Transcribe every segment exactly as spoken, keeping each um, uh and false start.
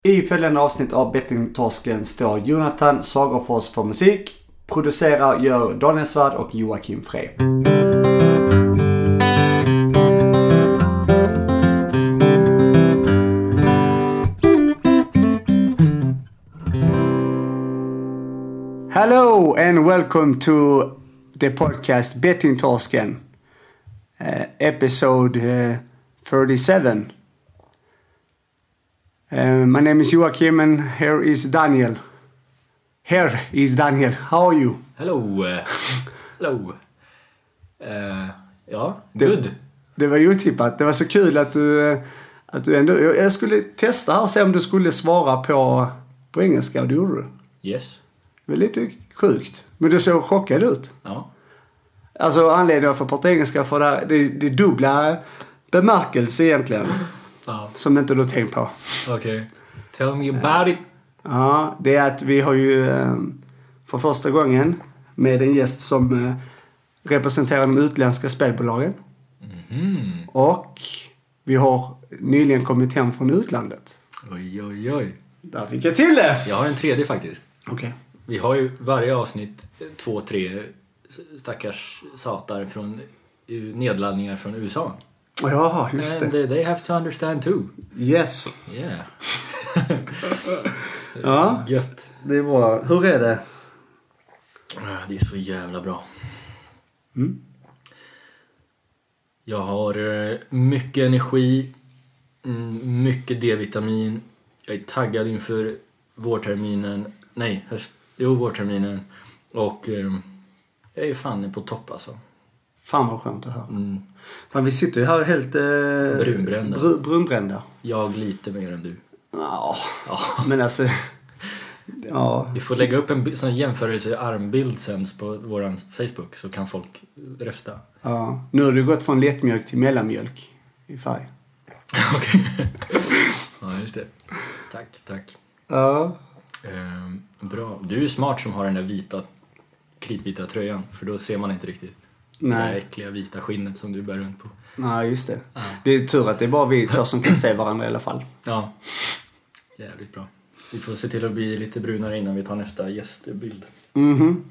I följande avsnitt av Bettingtorsken står Jonathan Sagerfors för musik. Producerar gör Daniel Svärd och Joakim Frey. Hello and welcome to the podcast Bettingtorsken. Uh, episode uh, thirty-seven. Uh, my name is Joakim and here is Daniel. Here is Daniel. How are you? Hello. Uh, hello. Uh, ja, det, good. Det var ju otippat. Det var så kul att du, att du ändå... Jag skulle testa här och se om du skulle svara på, på engelska och det gjorde du. Yes. Det var lite sjukt. Men du såg chockad ut. Ja. Alltså anledningen för att prata engelska för det, det, det är dubbla bemärkelse egentligen. Ja. Som inte du tänkt på. Okej. Okay. Tell me about it. Ja, det är att vi har ju för första gången med en gäst som representerar de utländska spelbolagen. Mm. Och vi har nyligen kommit hem från utlandet. Oj, oj, oj. Där fick jag till det! Jag har en tredje faktiskt. Okej. Okay. Vi har ju varje avsnitt två, tre stackars satar från nedladdningar från U S A. Ja, just det. And they, they have to understand too. Yes. Yeah. Ja, gött. Det är bra. Hur är det? Det är så jävla bra. Mm. Jag har mycket energi, mycket D-vitamin. Jag är taggad inför vårterminen. Nej, höst. Jo, vårterminen. Och jag är fan på topp alltså. Fan vad skönt att höra. Mm. Fan, vi sitter ju här helt eh, brunbrända. Br- brunbrända. Jag lite mer än du. Ja, ja. Men alltså... Ja. Vi får lägga upp en sån jämförelse armbild sen på våran Facebook så kan folk rösta. Ja. Nu har du gått från lättmjölk till mellanmjölk i färg. Okej. Ja, just det. Tack, tack. Ja. Ehm, bra. Du är smart som har den där vita, kritvita tröjan. För då ser man inte riktigt. Nej. Det där äckliga vita skinnet som du bär runt på. Nej, just det. Ja. Det är tur att det är bara vi två som kan se varandra i alla fall. Ja. Jävligt bra. Vi får se till att bli lite brunare innan vi tar nästa gästbild. Mhm.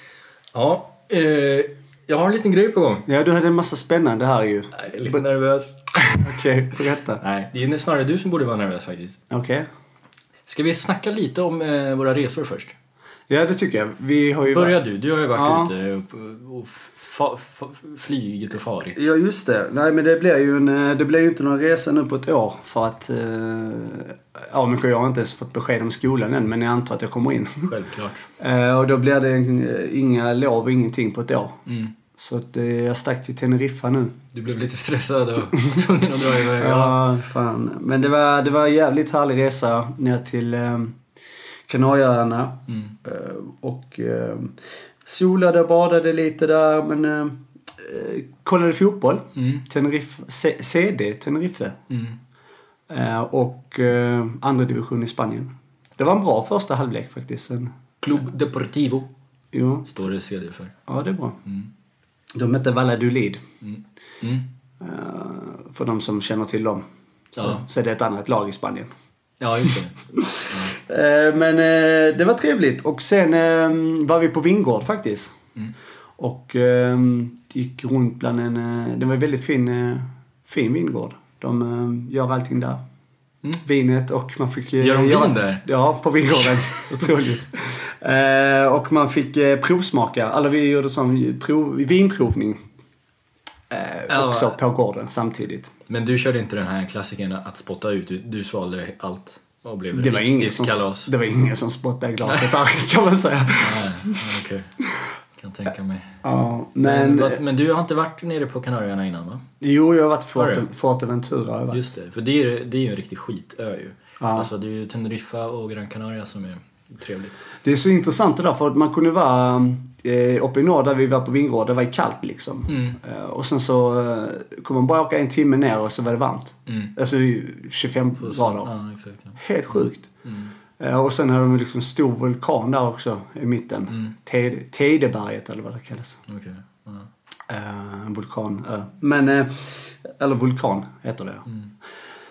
Ja, eh, jag har en liten grej på gång. Ja, du hade en massa spännande här ju. Jag är lite nervös. Okej, okay, berätta. Nej, det är snarare du som borde vara nervös faktiskt. Okej. Okay. Ska vi snacka lite om eh, våra resor först? Ja, det tycker jag. Vi har ju Börja varit... du, du har ju varit ja. ute och, och fa, fa, flygit och farit. Ja, just det. Nej, men det blir ju en, det blir ju inte någon resa nu på ett år för att eh, ja, men jag har inte ens fått besked om skolan än, men jag antar att jag kommer in. Självklart. eh, och då blir det inga lov, ingenting på ett år. Mm. Så att eh, jag stack till Teneriffa nu. Du blev lite stressad och tvungen att dra iväg. Ja, fan. Men det var, det var en jävligt härlig resa ner till eh, Kanarieöarna. Mm. Eh, och eh, solade och badade lite där, men eh, kollade fotboll. Mm. Tenerife, C- CD Tenerife. Mm. Eh, och eh, andra division i Spanien. Det var en bra första halvlek faktiskt. En, Club Deportivo. jo. Står det C D för. Ja, det är bra. Mm. De mötte Valladolid. Mm. Mm. Uh, för de som känner till dem. Så, Ja. så är det ett annat lag i Spanien. Ja, just det. Ja. Uh, men uh, det var trevligt. Och sen uh, var vi på Vingård faktiskt. Mm. Och uh, gick runt bland en... Uh, det var en väldigt fin, uh, fin vingård. De uh, gör allting där. Mm. Vinet och man fick... Uh, gör de göra, vin där? Ja, på Vingården. Otroligt. Uh, och man fick uh, provsmaka. Alla vi gjorde sån prov, vinprovning. Uh, ja. Också på gården samtidigt. Men du körde inte den här klassiken att spotta ut. Du, du svalde allt och blev Det var, ingen riktigt som, kalas. det var ingen som spottade i glaset där, kan man säga. Nej, okej. Okay. Kan tänka mig. Ja, men, men, men du har inte varit nere på Kanarieöarna innan, va? Jo, jag har varit Fort, Forteventura. Har varit. Just det, för det är, det är ju en riktig skitö ju. Ja. Alltså det är ju Teneriffa och Gran Canaria som är trevligt. Det är så intressant det där, för att man kunde vara eh, uppe i norr där vi var på Vingård, det var kallt liksom. Mm. Eh, och sen så eh, kunde man bara åka en timme ner och så var det varmt. Mm. Alltså tjugofem grader. Ja, exakt, ja. Helt sjukt. Mm. Eh, och sen har de liksom stor vulkan där också i mitten. Mm. Te- Tedeberget eller vad det kallas. Okay. Ja. Eh, en vulkan. Eh. Men, eh, eller vulkan heter det. Mm.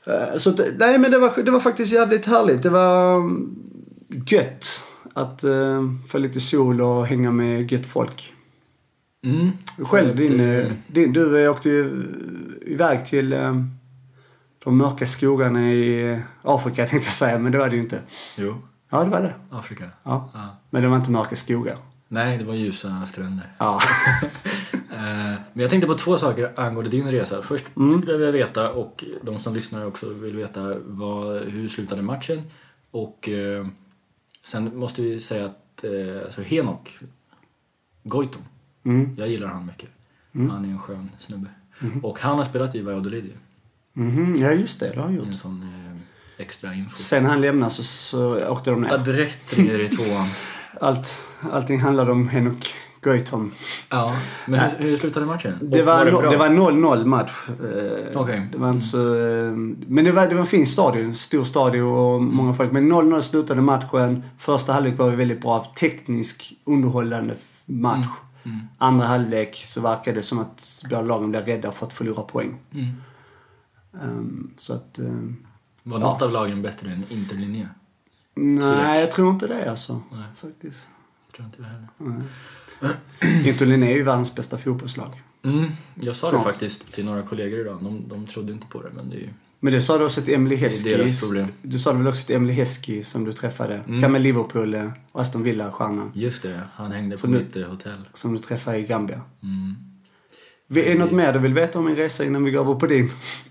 Uh, så det, nej men det var, det var faktiskt jävligt härligt. Det var um, gött att uh, få lite sol och hänga med gött folk. Mm. Själv, din, det... din, du åkte ju iväg till um, de mörka skogarna i Afrika tänkte jag säga, men det var det ju inte. Jo. Ja, det var det. Afrika. Ja. Ja. Men det var inte mörka skogar. Nej, det var ljusa stränder. Ja. Men jag tänkte på två saker angående din resa. Först mm. skulle jag vilja veta, och de som lyssnar också vill veta, vad, hur slutade matchen. Och eh, sen måste vi säga att eh, alltså Henok Goitom, mm. jag gillar han mycket. Mm. Han är en skön snubbe. Mm. Och han har spelat i Valladolid. Mm. Ja, just det, det har han gjort. En sån eh, extra info. Sen han lämnade så, så åkte de ner. Ja, direkt ner i tvåan. Allt, allting handlade om Henok Goitom. Ja, men hur, hur slutade matchen? Det var, var det, no, det var noll noll match. Okay. Det var inte så, men det var, det var en fin stadion, en stor stadion och mm. många folk. Men noll noll slutade matchen. Första halvlek var väldigt bra, teknisk, underhållande match. Mm. Mm. Andra halvlek så verkade det som att båda lagen blev rädda för att förlora poäng. Mm. Um, så att... Um, var något ja. av lagen bättre än Interlinje? Nej, jag tror inte det alltså. Nej. Faktiskt. Jag tror inte det heller. Nej. Interlinje är ju världens bästa fotbollslag. Mm, jag sa Snart. det faktiskt till några kollegor idag. De, de trodde inte på det, men det är ju... Men det sa du också till Emily Heskey. Det är deras problem. Du sa det väl också till Emily Heskey som du träffade. Mm. Gammal Liverpool och Aston Villa-stjärnan. Just det, han hängde som på du, mitt hotell. Som du träffade i Gambia. Mm. Är det något mer du vill veta om min resa innan vi går över på din?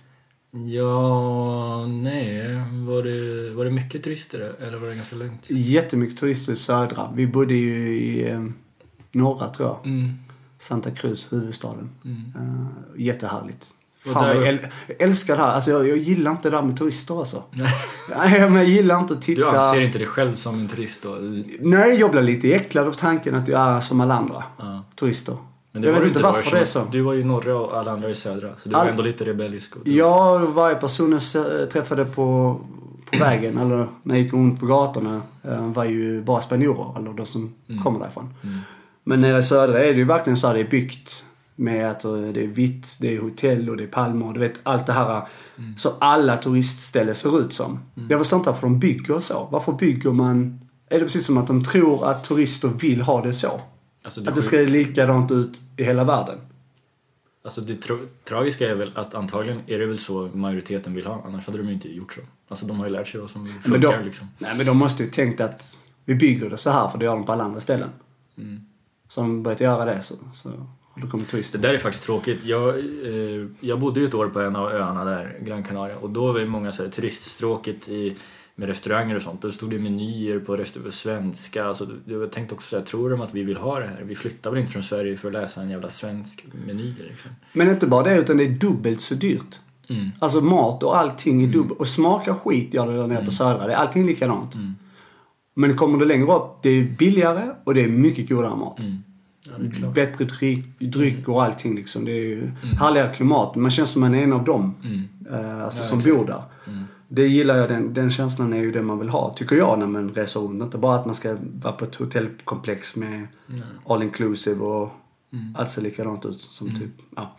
Ja, nej. Var det, var det mycket turister eller var det ganska lugnt? Jättemycket turister i södra. Vi bodde ju i eh, norra, tror jag. Mm. Santa Cruz, huvudstaden. Mm. Uh, jättehärligt. Fan, där... jag, äl- jag älskar det här. Alltså, jag, jag gillar inte det där med turister alltså. Nej, men jag gillar inte att titta... Du anser inte dig själv som en turist då? Nej, jag blir lite äcklad av tanken att jag är som alla andra uh. turister. Men det jag vet inte varför det är så. Du var ju norra och alla andra i södra. Så du All... var ändå lite rebellisk. Och... Ja, varje person jag träffade på, på vägen eller när jag gick runt på gatorna var ju bara spanjorer. Eller de som mm. kommer därifrån. Mm. Men nere i södra är det ju verkligen så att det är byggt med att det är vitt, det är hotell och det är palmer. Du vet, allt det här. Mm. Så alla turistställen ser ut som. Mm. Jag förstår inte varför de bygger så. Varför bygger man... Är det precis som att de tror att turister vill ha det så? Alltså det att det ska se likadant ut i hela världen. Alltså det tra- tragiska är väl att antagligen är det väl så majoriteten vill ha. Annars hade de ju inte gjort så. Alltså de har ju lärt sig vad som funkar de, liksom. Nej men de måste ju tänkt att vi bygger det så här för det gör de på alla andra ställen. Mm. Så om de börjat göra det så, så har det kommit turister. Det där är faktiskt tråkigt. Jag, eh, jag bodde ju ett år på en av öarna där, Gran Canaria. Och då var det många så här, turiststråket i... med restauranger och sånt. Då stod det menyer på restauranger svenska. Alltså, jag tänkte också säga, tror de att vi vill ha det här? Vi flyttar väl inte från Sverige för att läsa en jävla svensk meny liksom. Men inte bara det, utan det är dubbelt så dyrt. Mm. Alltså mat och allting är dubbelt. Mm. Och smaka skit gör det där nere mm. på södra. Det är allting likadant. Mm. Men kommer du längre upp, det är billigare och det är mycket godare mat. Mm. Ja, bättre dryck, dryck och allting liksom. Det är ju mm. härligare klimat. Man känns som man är en av dem. Mm. Uh, alltså, ja, som bor där. Mm. Det gillar jag, den, den känslan är ju det man vill ha, tycker jag, när man reser runt. Inte bara att man ska vara på ett hotellkomplex med mm. all inclusive och mm. allt ser likadant ut som mm. typ, ja.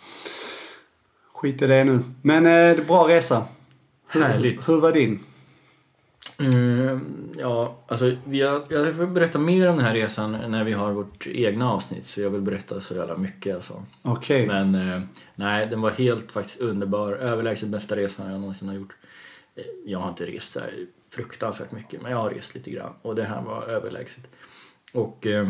Skit i det nu. Men eh, det är bra resa. Hur, Härligt. Hur var din? Mm, ja, alltså jag, jag får berätta mer om den här resan när vi har vårt egna avsnitt. Så jag vill berätta så jävla mycket alltså. Okej. Okay. Men eh, nej, den var helt faktiskt underbar. Överlägset bästa resan jag någonsin har gjort. Jag har inte rest så här fruktansvärt mycket, men jag har rest lite grann. Och det här var överlägset. Och eh,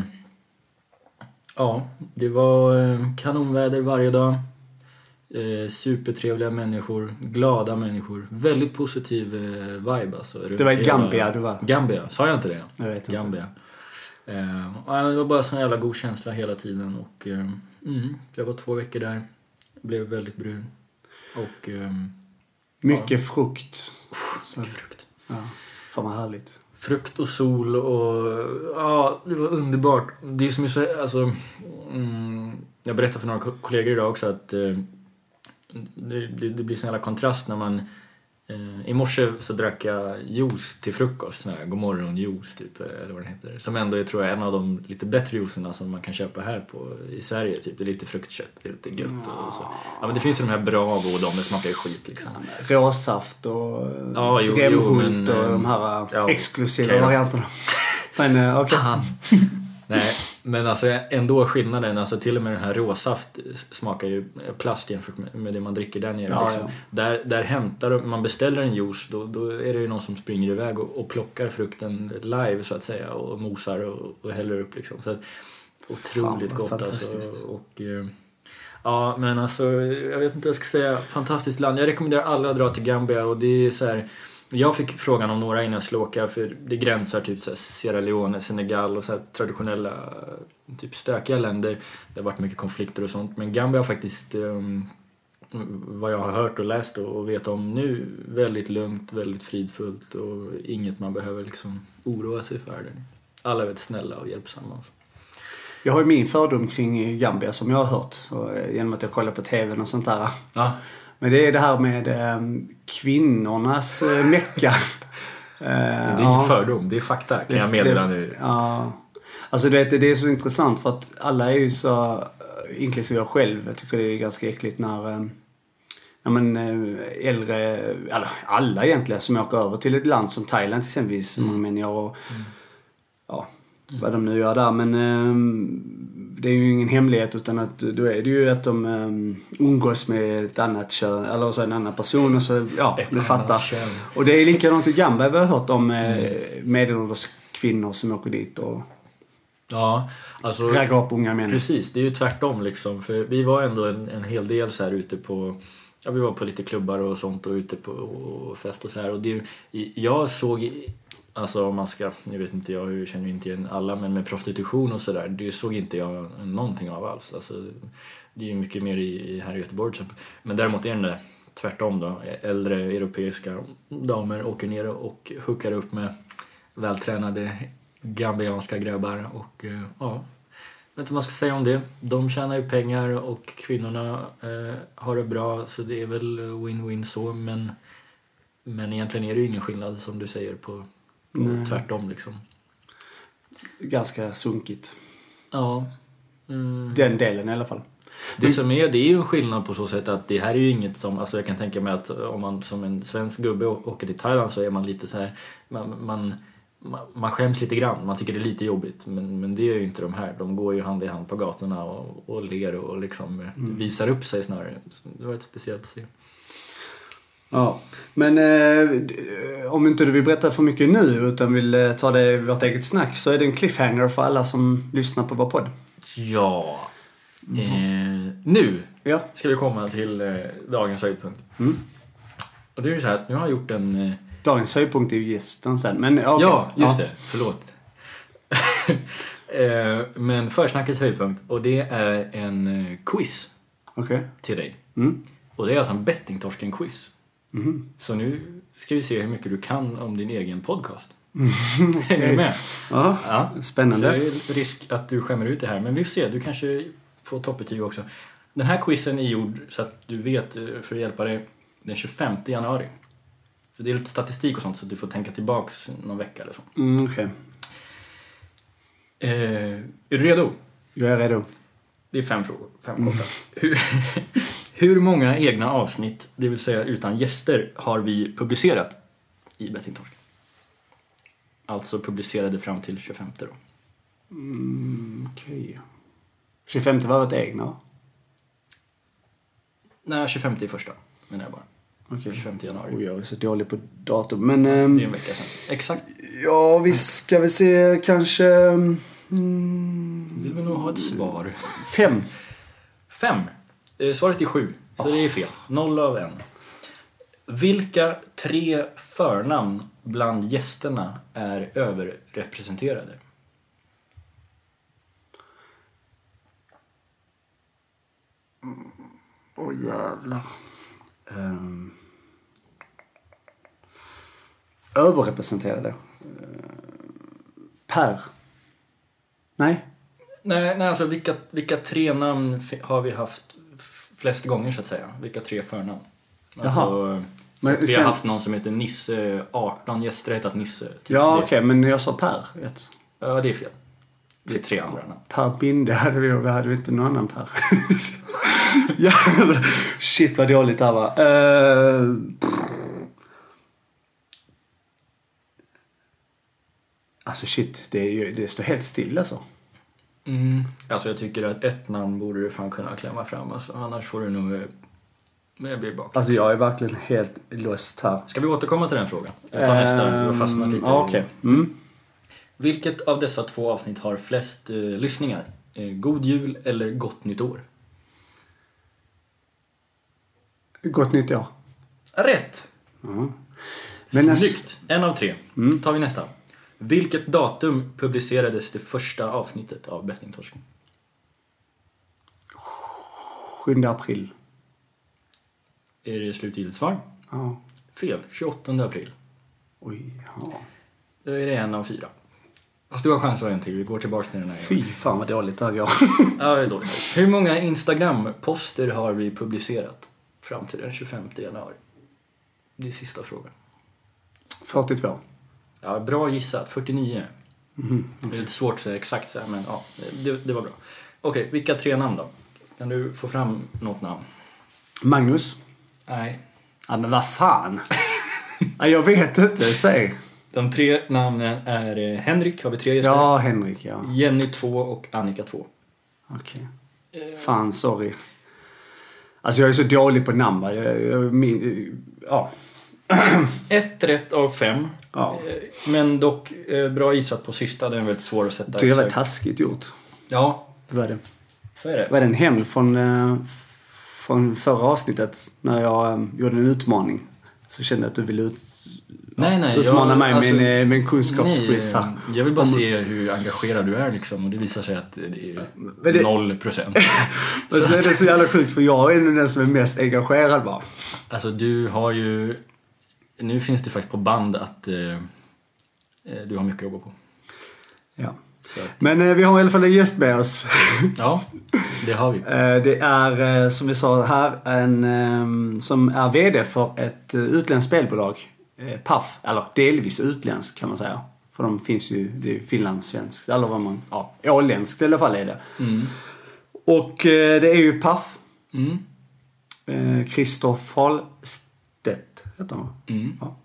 ja, det var eh, kanonväder varje dag. Eh, supertrevliga människor, glada människor. Väldigt positiv eh, vibe alltså. Det var i Gambia du var? Gambia, sa jag inte det? Jag vet inte. Gambia. Eh, det var bara sån jävla god känsla hela tiden. Och eh, mm, jag var två veckor där. Blev väldigt brun. Och... Eh, mycket ja. frukt. Så. Mycket frukt. Ja, fan vad härligt. Frukt och sol och ja, det var underbart. Det är som är så, alltså, mm, jag berättade för några kollegor idag också att eh, det, det blir sån jävla kontrast när man Eh, I morse så drack jag juice till frukost, sån här godmorgon juice typ, eller vad den heter. Som ändå är, tror jag, en av de lite bättre juicerna som man kan köpa här på, i Sverige typ. Det är lite fruktkött, det är lite gött och så. Ja, men det finns ju de här Bravo och de smakar ju skit liksom. Råsaft och ja, jo, Remhult jo, men, och de här ja, exklusiva okay, varianterna. Men okej. Okay. Nej, men alltså ändå skillnaden, alltså till och med den här råsaft smakar ju plast jämfört med, med det man dricker där nere. Ja, liksom. ja. Där, där hämtar man beställer en juice, då, då är det ju någon som springer iväg och, och plockar frukten live så att säga och mosar och, och häller upp liksom. Så att, otroligt Fan, gott alltså. Och, ja, men alltså jag vet inte vad jag ska säga, fantastiskt land. Jag rekommenderar alla att dra till Gambia och det är så här. Jag fick frågan om några innan jag skulle åka, för det gränsar typ så här Sierra Leone, Senegal och så här traditionella typ stökiga länder. Det har varit mycket konflikter och sånt, men Gambia har faktiskt um, vad jag har hört och läst och vet om nu väldigt lugnt, väldigt fridfullt och inget man behöver liksom oroa sig för. Alla är väldigt snälla och hjälpsamma. Jag har ju min fördom kring Gambia som jag har hört genom att jag kollar på tvn och sånt där. Ja. Men det är det här med eh, kvinnornas eh, mecka. Det är ingen ja. fördom, det är fakta kan det, jag meddela det, nu. Ja. Alltså det, det är så intressant för att alla är ju så, inklusive jag själv, jag tycker det är ganska äckligt när eh, ja, men, äldre, alla, alla egentligen som åker över till ett land som Thailand till exempel, som mm. man gör och mm. ja, mm. vad de nu gör där. Men eh, det är ju ingen hemlighet utan att då är det ju att de um, umgås med ett annat kön eller så en annan person och så ja, du fattar. Kön. Och det är likadant i Gambia vi har hört om mm. medelålders kvinnor som åker dit och ja, alltså raggar upp unga män. Precis, det är ju tvärtom liksom, för vi var ändå en, en hel del så här ute på ja, vi var på lite klubbar och sånt och ute på och fest och så här och det jag såg alltså om man ska, jag vet inte jag hur känner inte igen alla, men med prostitution och sådär, det såg inte jag någonting av alls. Alltså, det är ju mycket mer i, i här i Göteborg. Men däremot är det tvärtom då. Äldre europeiska damer åker ner och hookar upp med vältränade gambianska grabbar. Och ja, vet inte vad man ska säga om det. De tjänar ju pengar och kvinnorna eh, har det bra, så det är väl win-win så. Men, men egentligen är det ju ingen skillnad som du säger på och tvärtom liksom. Ganska sunkigt. Ja. Mm. Den delen i alla fall. Det som är, det är ju en skillnad på så sätt att det här är ju inget som, alltså jag kan tänka mig att om man som en svensk gubbe åker till Thailand så är man lite så här, man, man, man skäms lite grann, man tycker det är lite jobbigt, men, men det är ju inte de här, de går ju hand i hand på gatorna och, och ler och liksom mm. visar upp sig snarare. Så det var ett speciellt steg. Ja, men eh, om inte du vill berätta för mycket nu utan vill eh, ta det vårt eget snack så är det en cliffhanger för alla som lyssnar på vår podd. Ja, eh, nu ja. ska vi komma till eh, dagens höjdpunkt. Mm. Och det är ju så här att nu har jag gjort en... Eh... Dagens höjdpunkt är ju gästen sen, men okay. Ja, just ja. det, förlåt. eh, men försnackets höjdpunkt, och det är en eh, quiz okay. till dig. Mm. Och det är alltså en bettingtorsken-quiz. Mm. Så nu ska vi se hur mycket du kan om din egen podcast. Mm. Är du med? Ja, ja, spännande. Så det är risk att du skämmer ut det här. Men vi får se, du kanske får toppbetyg också. Den här quizen är gjord så att du vet, för att hjälpa dig, den tjugofemte januari. Så det är lite statistik och sånt så du får tänka tillbaks någon vecka eller så. Mm, okej. Okay. Eh, är du redo? Jag är redo. Det är fem frågor, fem korta. Mm. Hur, hur många egna avsnitt, det vill säga utan gäster, har vi publicerat i Bettingtorsken? Alltså publicerade fram till tjugofemte då. Mm, okej. Okay. tjugofemte var vårt egna? Nej, tjugofemte är första, menar jag bara. Okay. tjugofemte januari. Oh, jag är så dålig på datum. Men, ja, ähm, det är en vecka sedan. Exakt. Ja, vi ska vi se kanske... Mm, vill vi nog ha ett svar. Fem. Fem. Svaret är sju, så oh. det är fel. Noll av en. Vilka tre förnamn bland gästerna är överrepresenterade? Åh oh, jävlar. Um, överrepresenterade. Uh, per. Nej. Nej, nej alltså vilka, vilka tre namn har vi haft flest gånger så att säga? Vilka tre förnamn? Alltså, Men, vi har haft någon som heter Nisse, arton gäster har hetat Nisse. Typ ja, okej, okay, men jag sa Per. Vet. Ja, det är fel. Det är tre andra namn. Per Binde hade vi, vi hade vi inte någon annan Per. Ja, shit vad dåligt det här var. Uh, alltså shit, det, är ju, det står helt still alltså. Mm. Alltså jag tycker att ett namn borde du fan kunna klämma fram. Alltså, annars får du nog... Men jag blir bak. Alltså jag är verkligen helt låst här. Ska vi återkomma till den frågan? Jag tar nästa, du har fastnat lite. Ja, okej. Okay. Mm. Vilket av dessa två avsnitt har flest eh, lyssningar? Eh, God jul eller Gott nytt år? Gott nytt år. Rätt! Mm. Men snyggt! En av tre. Mm. Tar vi nästa. Vilket datum publicerades det första avsnittet av Bettingtorsken? sjunde april. Är det slutgiltigt svar? Ja. Fel. tjugoåttonde april. Oj, ja. Då är det en av fyra. Fast du har chans att en till. Vi går tillbaka till den här. Fy fan vad dåligt det här går. Ja, det är dåligt. Hur många Instagram-poster har vi publicerat fram till den tjugofemte januari? Det är sista frågan. fyrtiotvå. Ja, bra gissat. fyrtionio. Mm. Det är lite svårt att säga exakt så här, men ja, det, det var bra. Okej, vilka tre namn då? Kan du få fram något namn? Magnus. Nej. Ja, men vad fan? Ja, jag vet inte, säg. De tre namnen är Henrik, har vi tre gäster? Ja, Henrik, ja. Jenny två och Annika två. Okej. Okay. Fan, sorry. Alltså jag är så dålig på namn, va? Jag, jag, min, ja. Ett rätt av fem. Ja. Men dock bra gissat på sista, den är väldigt svår att sätta. Jag tycker det var taskigt gjort. Ja. Det var det. Så är det. Var det en hämnd från, från förra avsnittet när jag gjorde en utmaning? Så kände jag att du ville ut, nej, nej, utmana jag, mig alltså, med en, med en kunskapsquiz här. Jag vill bara Om, se hur engagerad du är liksom, och det visar sig att det är det, noll procent. Men så är det så jävla sjukt, för jag är nu den som är mest engagerad bara. Alltså du har ju, nu finns det faktiskt på band att eh, du har mycket att jobba på. Ja. Men eh, vi har i alla fall en gäst med oss. Ja, det har vi. eh, det är, eh, som vi sa här, en eh, som är vd för ett eh, utländskt spelbolag. Eh, P A F, eller delvis utländskt kan man säga. För de finns ju, det är finlandssvenskt, eller vad man, ja, åländskt i alla fall är det. Mm. Och eh, det är ju P A F. Mm. Eh, Christer Fahlstedt heter han. Mm. Ja.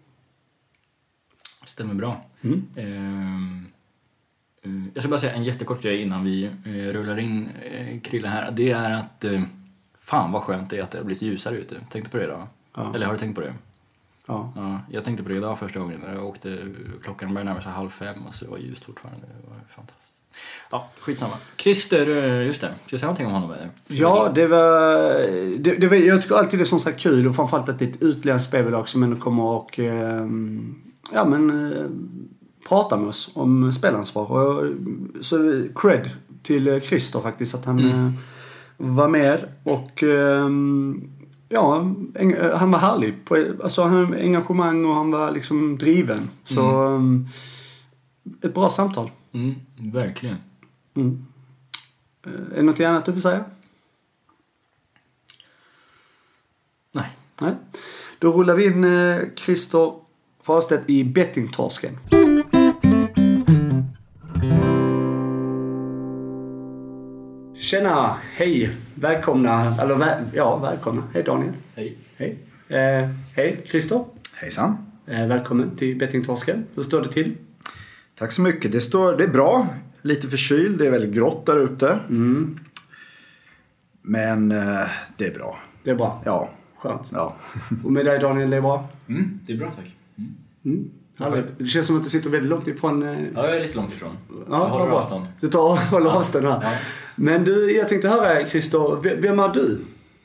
Stämmer bra. Mm. Eh, Jag ska bara säga en jättekort grej innan vi eh, rullar in eh, Krille här. Det är att eh, fan vad skönt det är att det har blivit ljusare ute. Tänkte på det då? Ja. Eller har du tänkt på det? Ja. Ja. Jag tänkte på det idag första gången när jag åkte. Klockan började närma sig halv fem och så det var ljust fortfarande. Det var fantastiskt. Ja, skitsamma. Christer, just det. Ska jag säga någonting om honom? Eller? Ja, det var, det, det var... Jag tycker alltid det är som sagt kul och framförallt att det är ett utländskt spelbolag som ändå kommer och... Eh, ja, men... Eh, prata med oss om spelansvar. Och, så cred till Christer faktiskt att han mm. var med och ja, han var härlig på, alltså han hade engagemang och han var liksom driven. Så mm. ett bra samtal. Mm, verkligen. Mm. Är det något annat du vill säga? Nej. Nej. Då rullar vi in Christer Fahlstedt i Bettingtorsken. Tjena, hej, välkomna, eller väl, ja, välkomna. Hej Daniel. Hej. Hej, eh, hej Christer. Hejsan. Eh, välkommen till Bettingtorsken. Hur står det till? Tack så mycket. Det står, det är bra. Lite förkyld, det är väldigt grått där ute. Mm. Men eh, det är bra. Det är bra? Ja. Skönt. Ja. Och med dig Daniel, det är bra? Mm, det är bra tack. Mm. Mm. Härligt. Det känns som att du sitter väldigt långt ifrån... Eh... Ja, jag är lite långt ifrån. Ja, jag håller bra. avstånd. Du tar håller avstånd här. Ja. Men du, jag tänkte höra Christer, vem är du?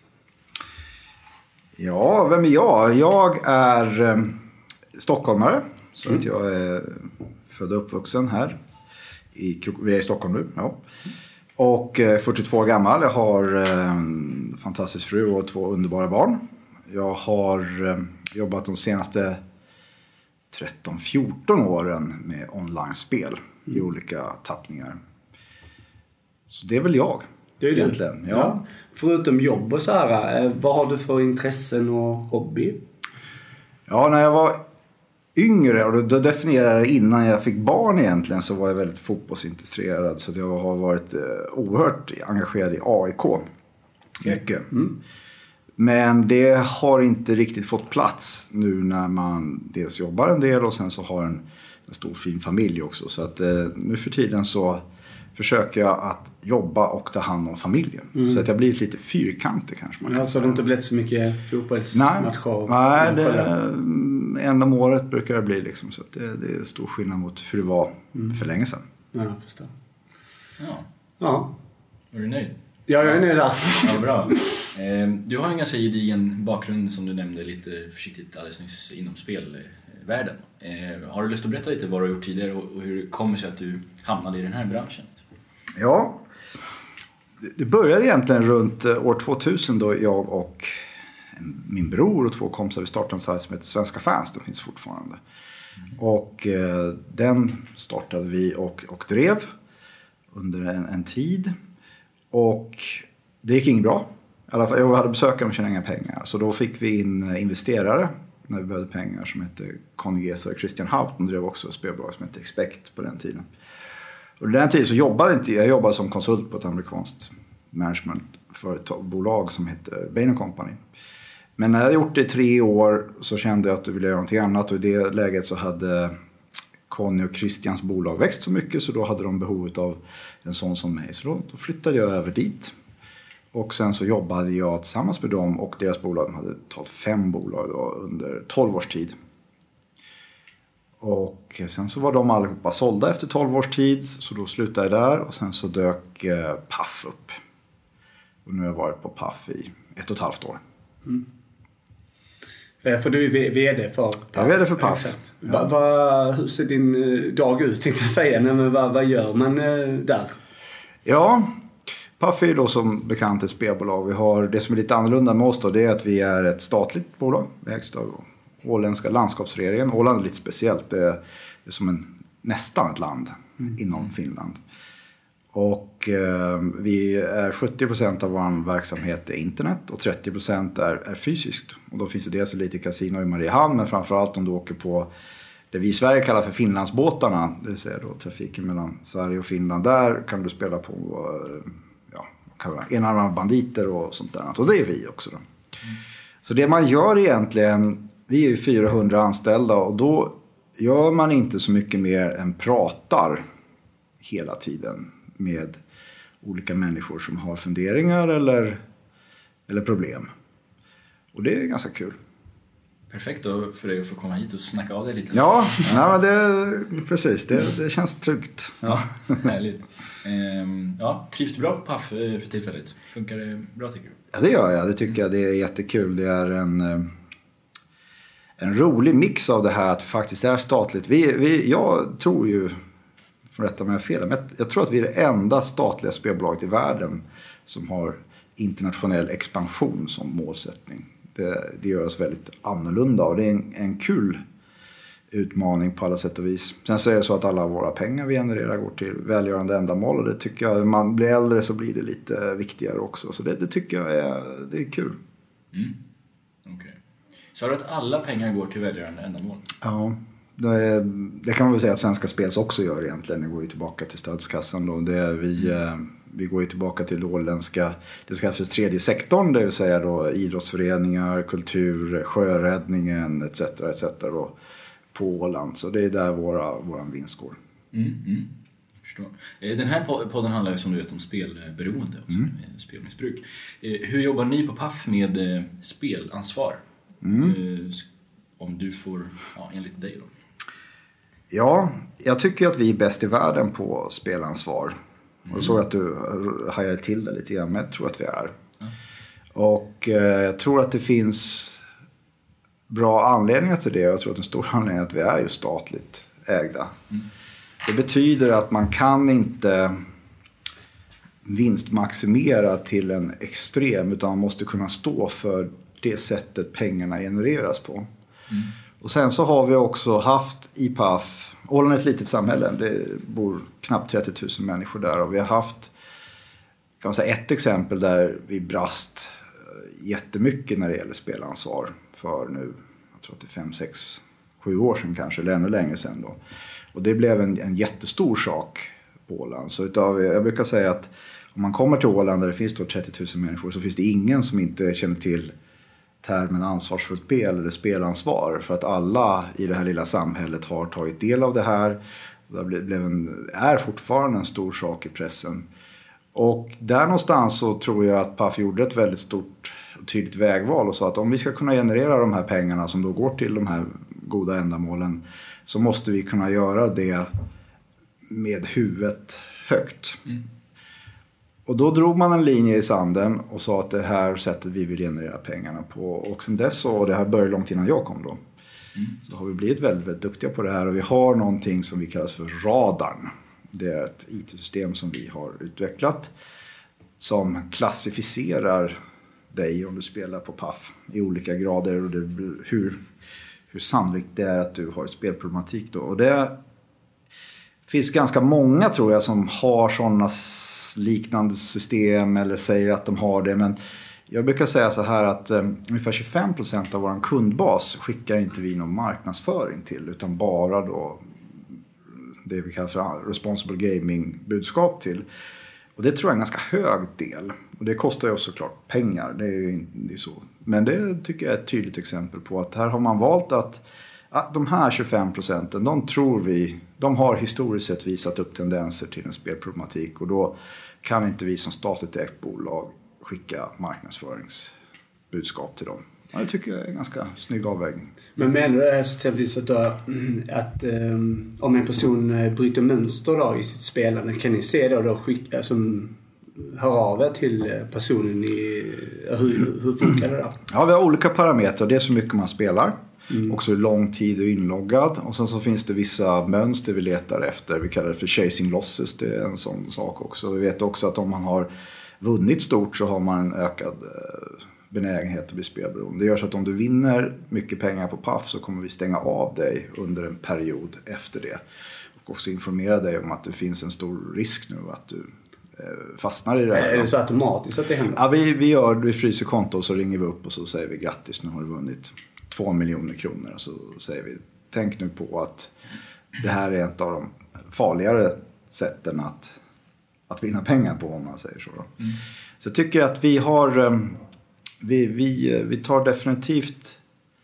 Ja, vem är jag? Jag är eh, stockholmare. Så mm. att jag är född och uppvuxen här. I, vi är i Stockholm nu, ja. Och eh, fyrtiotvå år gammal. Jag har eh, en fantastisk fru och två underbara barn. Jag har eh, jobbat de senaste tretton fjorton åren med online-spel mm. i olika tappningar. Så det är väl jag. Det är egentligen. Ja. Ja. Förutom jobb och så här, vad har du för intressen och hobby? Ja, när jag var yngre, och då definierade jag innan jag fick barn egentligen, så var jag väldigt fotbollsintresserad. Så jag har varit eh, oerhört engagerad i A I K. Mycket. Mm. Men det har inte riktigt fått plats nu när man dels jobbar en del och sen så har en, en stor fin familj också. Så att eh, nu för tiden så försöker jag att jobba och ta hand om familjen. Mm. Så att jag blir lite fyrkantig kanske. Man ja, så det har inte blivit så mycket fotbollsmatcher? Nej, nej det, en om året brukar det bli liksom. Så att det, det är stor skillnad mot hur det var mm. för länge sedan. Ja, jag förstår. Ja. Ja. Är du nöjd? Ja, jag är nöjd där. Ja, bra. Du har en ganska gedigen bakgrund som du nämnde lite försiktigt alldeles nyss inom spelvärlden. Har du lust att berätta lite vad du har gjort tidigare och hur det kommer sig att du hamnade i den här branschen? Ja, det började egentligen runt år tvåtusen då jag och min bror och två kompisar vi startade en sajt som heter Svenska Fans. Det finns fortfarande. Mm. Och eh, den startade vi och, och drev under en, en tid. Och det gick inget bra. I alla fall, jag hade besökare och tjänade inga pengar. Så då fick vi in investerare när vi behövde pengar som hette Conny Gesa och Christian Haupt. De drev också ett spelbolag som hette Expect på den tiden. Och den tiden så jobbade inte jag. jobbade som konsult på ett amerikanskt managementbolag som heter Bain Company. Men när jag hade gjort det i tre år så kände jag att jag ville göra någonting annat. Och i det läget så hade Conny och Christians bolag växt så mycket så då hade de behovet av en sån som mig. Så då flyttade jag över dit. Och sen så jobbade jag tillsammans med dem och deras bolag. De hade tagit fem bolag då, under tolv års tid. Och sen så var de allihopa sålda efter tolv års tid. Så då slutade jag där och sen så dök eh, Paf upp. Och nu har jag varit på Paf i ett och ett halvt år. Mm. För du är vd för Paf. Jag är vd för Paf. Ja. Va, va, hur ser din dag ut tänkte jag säga? Nej, men vad, vad gör man eh, där? Ja, Paf är då som bekant ett spelbolag. Vi har, det som är lite annorlunda med oss då, det är att vi är ett statligt bolag. Vi ägs av åländska landskapsregeringen. Åland är lite speciellt. Det är, det är som en, nästan ett land mm. inom Finland. Och eh, vi är sjuttio procent av vår verksamhet är internet och trettio procent är, är fysiskt. Och då finns det dels lite kasino i Mariehamn, men framförallt om du åker på det vi i Sverige kallar för Finlandsbåtarna, det vill säga då trafiken mellan Sverige och Finland. Där kan du spela på ja, enarmade banditer och sånt där. Och det är vi också då. Mm. Så det man gör egentligen, vi är ju fyrahundra anställda och då gör man inte så mycket mer än pratar hela tiden med olika människor som har funderingar eller, eller problem. Och det är ganska kul. Perfekt då för dig att få komma hit och snacka av dig lite. Ja, ja men det, precis. Det, det känns tryggt. Ja, härligt. Ehm, ja, trivs du bra på Paf för tillfället? Funkar det bra tycker du? Ja, det gör jag. Det tycker jag. Det är jättekul. Det är en, en rolig mix av det här att faktiskt är statligt. Vi, vi, jag tror ju, för rätta mig fel, men jag, jag tror att vi är det enda statliga spelbolaget i världen som har internationell expansion som målsättning. Det, det gör oss väldigt annorlunda och det är en, en kul utmaning på alla sätt och vis. Sen så är det så att alla våra pengar vi genererar går till välgörande ändamål och det tycker jag, när man blir äldre så blir det lite viktigare också. Så det, det tycker jag är, det är kul. Mm. Okay. Så har du att alla pengar går till välgörande ändamål? Ja, det, det kan man väl säga att Svenska Spels också gör egentligen. Det går ju tillbaka till statskassan då. Det är vi... Mm. Vi går ju tillbaka till åländska, det ska för tredje sektorn, det vill säga då idrottsföreningar, kultur, sjöräddningen et cetera et cetera då, på Åland. Så det är där våra, våran vinst går. Mm, mm. Förstår. Den här podden handlar ju som du vet om spelberoende och mm. spelmissbruk. Hur jobbar ni på Paf med spelansvar? Mm. Om du får, ja, enligt dig då. Ja, jag tycker att vi är bäst i världen på spelansvar. Mm. Och så att du hajar till det lite grann, men jag tror att vi är. Mm. Och eh, jag tror att det finns bra anledningar till det. Jag tror att en stor anledning är att vi är ju statligt ägda. Mm. Det betyder att man kan inte vinstmaximera till en extrem, utan man måste kunna stå för det sättet pengarna genereras på. Mm. Och sen så har vi också haft i Paf, Åland är ett litet samhälle, det bor knappt trettio tusen människor där och vi har haft, kan man säga, ett exempel där vi brast jättemycket när det gäller spelansvar för nu, tror att det är fem, sex, sju år sedan kanske, eller ännu längre sedan då. Och det blev en, en jättestor sak på Åland. Så utav, jag brukar säga att om man kommer till Åland där det finns då trettio tusen människor, så finns det ingen som inte känner till termen ansvarsfullt spel eller spelansvar. För att alla i det här lilla samhället har tagit del av det här. Det blev en, är fortfarande en stor sak i pressen. Och där någonstans så tror jag att P A F gjorde ett väldigt stort och tydligt vägval och sa att om vi ska kunna generera de här pengarna som då går till de här goda ändamålen, så måste vi kunna göra det med huvudet högt. Mm. Och då drog man en linje i sanden och sa att det här sättet vi vill generera pengarna på. Och sen dess, och det här började långt innan jag kom då, mm. så har vi blivit väldigt, väldigt duktiga på det här. Och vi har någonting som vi kallar för radarn. Det är ett I T-system som vi har utvecklat som klassificerar dig om du spelar på P A F i olika grader och det, hur, hur sannolikt det är att du har spelproblematik då. Och det finns ganska många, tror jag, som har sådana liknande system eller säger att de har det. Men jag brukar säga så här att um, ungefär tjugofem procent av vår kundbas skickar inte vi någon marknadsföring till, utan bara då det vi kallar för responsible gaming-budskap till. Och det tror jag är en ganska hög del. Och det kostar ju också såklart pengar. Det är ju det är så. Men det tycker jag är ett tydligt exempel på att här har man valt att, att de här tjugofem procenten, de tror vi, de har historiskt sett visat upp tendenser till en spelproblematik. Och då kan inte vi som statligt ägt bolag skicka marknadsföringsbudskap till dem. Ja, det tycker jag är en ganska snygg avvägning. Men menar du det så exempelvis att, då, att um, om en person bryter mönster då i sitt spelande, kan ni se då, då skicka, som hör av er till personen i, hur, hur funkar det då? Ja, vi har olika parametrar. Det är så mycket man spelar. Mm. Också hur lång tid är inloggad. Och sen så finns det vissa mönster vi letar efter. Vi kallar det för chasing losses. Det är en sån sak också. Vi vet också att om man har vunnit stort så har man en ökad benägenhet att bli spelberoende. Det gör så att om du vinner mycket pengar på P A F så kommer vi stänga av dig under en period efter det. Och också informera dig om att det finns en stor risk nu att du fastnar i det här. Är det så automatiskt att det händer? Ja, vi, vi gör, vi fryser konto och så ringer vi upp och så säger vi grattis, nu har du vunnit två miljoner kronor. Och så säger vi, tänk nu på att det här är ett av de farligare sätten att, att vinna pengar på, om man säger så. Då. Mm. Så jag tycker att vi har, vi, vi, vi tar definitivt,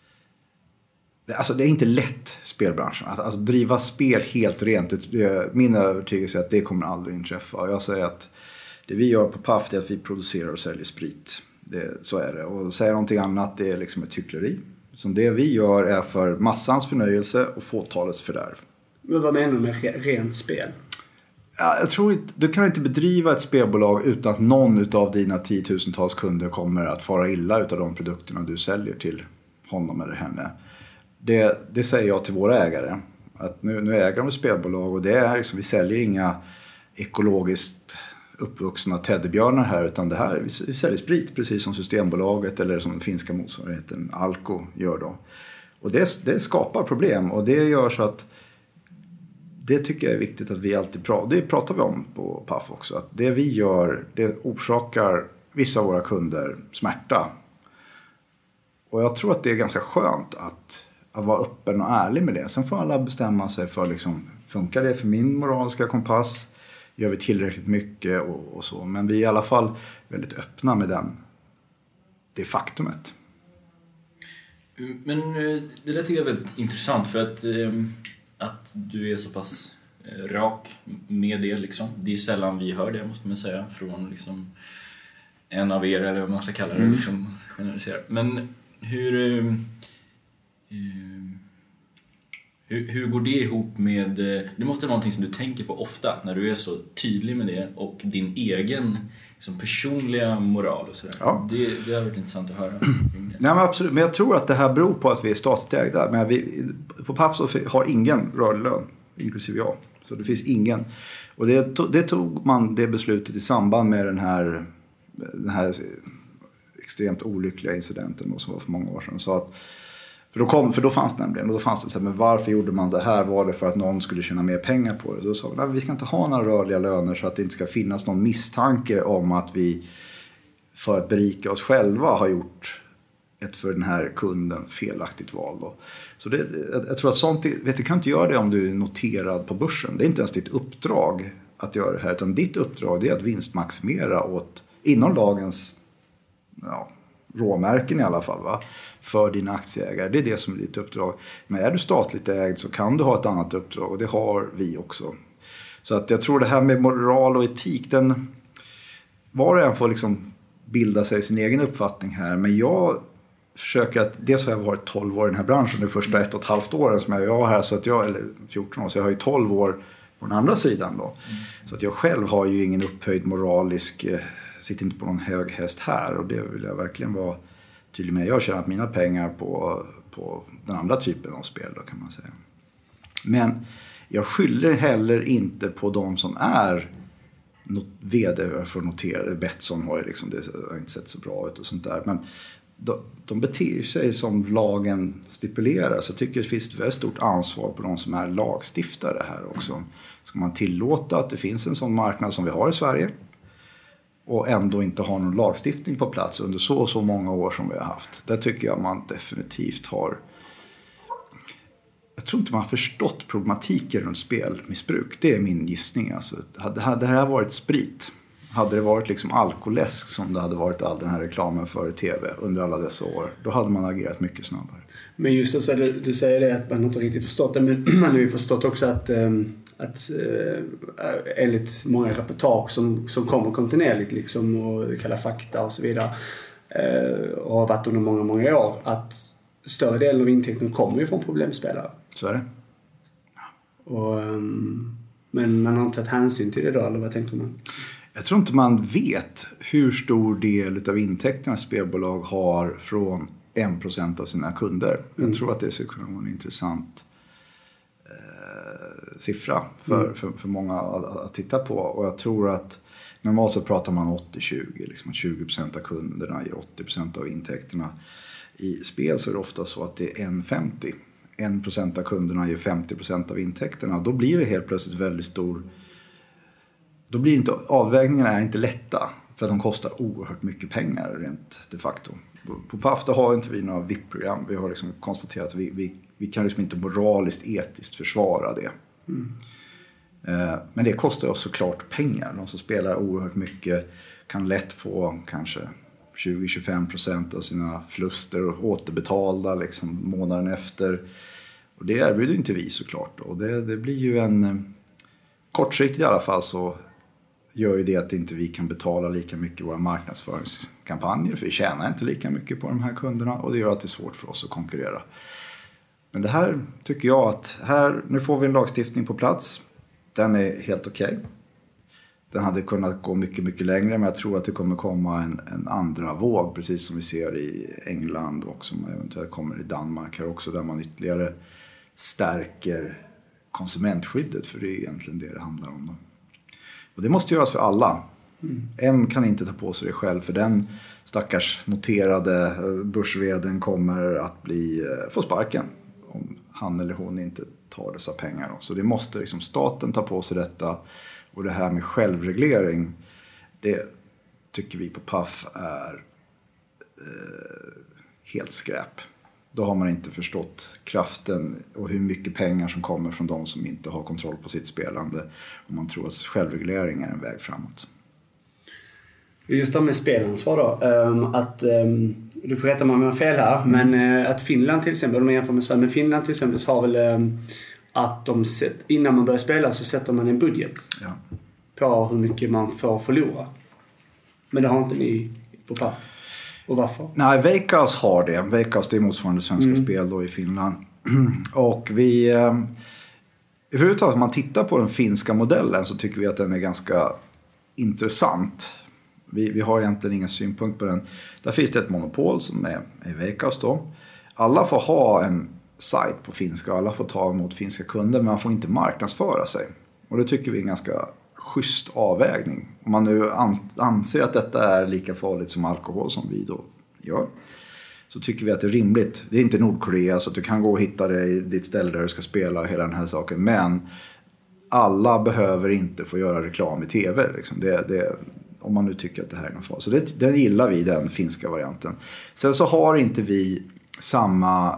alltså det är inte lätt spelbranschen. Alltså, alltså driva spel helt rent, det, min övertygelse är att det kommer aldrig inträffa. Jag säger att det vi gör på P A F är att vi producerar och säljer sprit. Det, så är det. Och säga någonting annat, det är liksom ett hyckleri. Så det vi gör är för massans förnöjelse och fåtalets fördärv. Men vad menar du med rent spel? Ja, jag tror inte, du kan inte bedriva ett spelbolag utan att någon av dina tiotusentals kunder kommer att fara illa utav de produkterna du säljer till honom eller henne. Det, det säger jag till våra ägare. Att nu, nu äger de ett spelbolag och det är liksom, vi säljer inga ekologiskt uppvuxna teddybjörnar här, utan det här, vi, vi säljer sprit precis som Systembolaget eller som den finska motsvarigheten Alko gör då. Och det, det skapar problem och det gör så att det tycker jag är viktigt att vi alltid pratar, det pratar vi om på P A F också, att det vi gör, det orsakar vissa av våra kunder smärta. Och jag tror att det är ganska skönt att, att vara öppen och ärlig med det. Sen får alla bestämma sig för liksom, funkar det för min moraliska kompass? Gör vi tillräckligt mycket och, och så. Men vi är i alla fall väldigt öppna med den, det faktumet. Men det där tycker jag är väldigt intressant för att, att du är så pass rak med det. Liksom. Det är sällan vi hör det, måste man säga, från liksom en av er, eller vad man ska kalla det. Mm. Liksom, men hur, uh, hur, hur går det ihop med... Det måste vara någonting som du tänker på ofta när du är så tydlig med det och din egen liksom, personliga moral och sådär. Ja. Det, det har varit intressant att höra. Nej, men absolut. Men jag tror att det här beror på att vi är statligt ägda. Men vi, på P A F så har ingen rörlig lön, inklusive jag. Så det finns ingen. Och det, det tog man det beslutet i samband med den här... Den här extremt olyckliga incidenten som var för många år sedan. Så att, för, då kom, för då fanns det nämligen, och då fanns det så här, men varför gjorde man det här? Var det för att någon skulle tjäna mer pengar på det? Då sa vi, nej, vi ska inte ha några rörliga löner så att det inte ska finnas någon misstanke om att vi för att berika oss själva har gjort ett för den här kunden felaktigt val då. Så det, jag tror att sånt, vet du kan inte göra det om du är noterad på börsen. Det är inte ens ditt uppdrag att göra det här, utan ditt uppdrag är att vinstmaximera åt, inom lagens ja, råmärken i alla fall va, för dina aktieägare. Det är det som är ditt uppdrag. Men är du statligt ägd så kan du ha ett annat uppdrag, och det har vi också. Så att jag tror det här med moral och etik, den var och en får liksom bilda sig sin egen uppfattning här. Men jag försöker att, dels har jag varit tolv år i den här branschen, de första ett och ett halvt åren som jag var här, så att jag, eller fjorton år, så jag har ju tolv år på den andra sidan då. Mm. Så att jag själv har ju ingen upphöjd moralisk, eh, sitter inte på någon hög häst här, och det vill jag verkligen vara tydlig med. Jag har tjänat mina pengar på, på den andra typen av spel då, kan man säga. Men jag skyller heller inte på de som är vd för noterade. Betsson har ju liksom, det har inte sett så bra ut och sånt där, men de, de beter sig som lagen stipulerar. Så jag tycker det finns ett väldigt stort ansvar på de som är lagstiftare här också. Ska man tillåta att det finns en sån marknad som vi har i Sverige och ändå inte ha någon lagstiftning på plats under så och så många år som vi har haft? Där tycker jag man definitivt har, jag tror inte man har förstått problematiken runt spelmissbruk. Det är min gissning. Alltså, hade, hade det här varit sprit, hade det varit liksom alkoläsk som det hade varit all den här reklamen för i tv under alla dessa år, då hade man agerat mycket snabbare. Men just det, så du, du säger det att man inte riktigt förstått det, men man har ju förstått också att, att enligt många reportage som, som kommer kontinuerligt liksom, och Kalla fakta och så vidare, och har varit under många, många år, att större delen av intäkten kommer ju från problemspelare. Så är det. Ja. Och, men man har inte tagit hänsyn till det då, eller vad tänker man? Jag tror inte man vet hur stor del av intäkterna spelbolag har från en procent av sina kunder. Jag mm. tror att det skulle kunna vara en intressant eh, siffra för, mm. för, för många att, att titta på. Och jag tror att normalt så pratar man åttio tjugo. Liksom, att tjugo procent av kunderna ger åttio procent av intäkterna. I spel så är det ofta så att det är en femtio. en procent av kunderna ger femtio procent av intäkterna. Då blir det helt plötsligt väldigt stor... Då blir inte, avvägningarna är inte lätta. För att de kostar oerhört mycket pengar rent de facto. På Pafta har inte vi några V I P-program. Vi har liksom konstaterat att vi, vi, vi kan liksom inte moraliskt, etiskt försvara det. Mm. Eh, men det kostar oss såklart pengar. De som spelar oerhört mycket kan lätt få kanske tjugo till tjugofem procent av sina förluster återbetalda liksom månaden efter. Och det erbjuder inte vi såklart. Och det, det blir ju en... Kortsiktigt i alla fall så gör ju det att inte vi kan betala lika mycket i våra marknadsföringskampanjer. För vi tjänar inte lika mycket på de här kunderna. Och det gör att det är svårt för oss att konkurrera. Men det här tycker jag att... Här, nu får vi en lagstiftning på plats. Den är helt okej. Okay. Den hade kunnat gå mycket, mycket längre. Men jag tror att det kommer komma en, en andra våg. Precis som vi ser i England och som eventuellt kommer i Danmark här också. Där man ytterligare stärker konsumentskyddet. För det är egentligen det det handlar om då. Och det måste göras för alla. Mm. En kan inte ta på sig det själv. För den stackars noterade börsveden kommer att bli, få sparken. Om han eller hon inte tar dessa pengar då. Så det måste liksom staten ta på sig detta. Och det här med självreglering, det tycker vi på P A F är eh, helt skräp. Då har man inte förstått kraften och hur mycket pengar som kommer från de som inte har kontroll på sitt spelande. Och man tror att självreglering är en väg framåt. Just det med spelansvar då. Att, du får rätta mig om jag har fel här, men att Finland till exempel, om man jämför med Sverige, men Finland till exempel har väl... att de, innan man börjar spela så sätter man en budget ja. på hur mycket man får förlora. Men det har inte ni på P A F. Och varför? Nej, Veikkaus har det. Veikkaus, det är motsvarande svenska mm. spel då i Finland. Och vi... Överhuvudtaget om man tittar på den finska modellen så tycker vi att den är ganska intressant. Vi, vi har egentligen ingen synpunkt på den. Där finns det ett monopol som är, är Veikkaus då. Alla får ha en sajt på finska. Alla får ta emot finska kunder, men man får inte marknadsföra sig. Och det tycker vi är en ganska schysst avvägning. Om man nu anser att detta är lika farligt som alkohol som vi då gör, så tycker vi att det är rimligt. Det är inte Nordkorea så att du kan gå och hitta det i ditt ställe där du ska spela hela den här saken. Men alla behöver inte få göra reklam i tv. Liksom. Det, det, om man nu tycker att det här är någon fara. Så det, den gillar vi, den finska varianten. Sen så har inte vi samma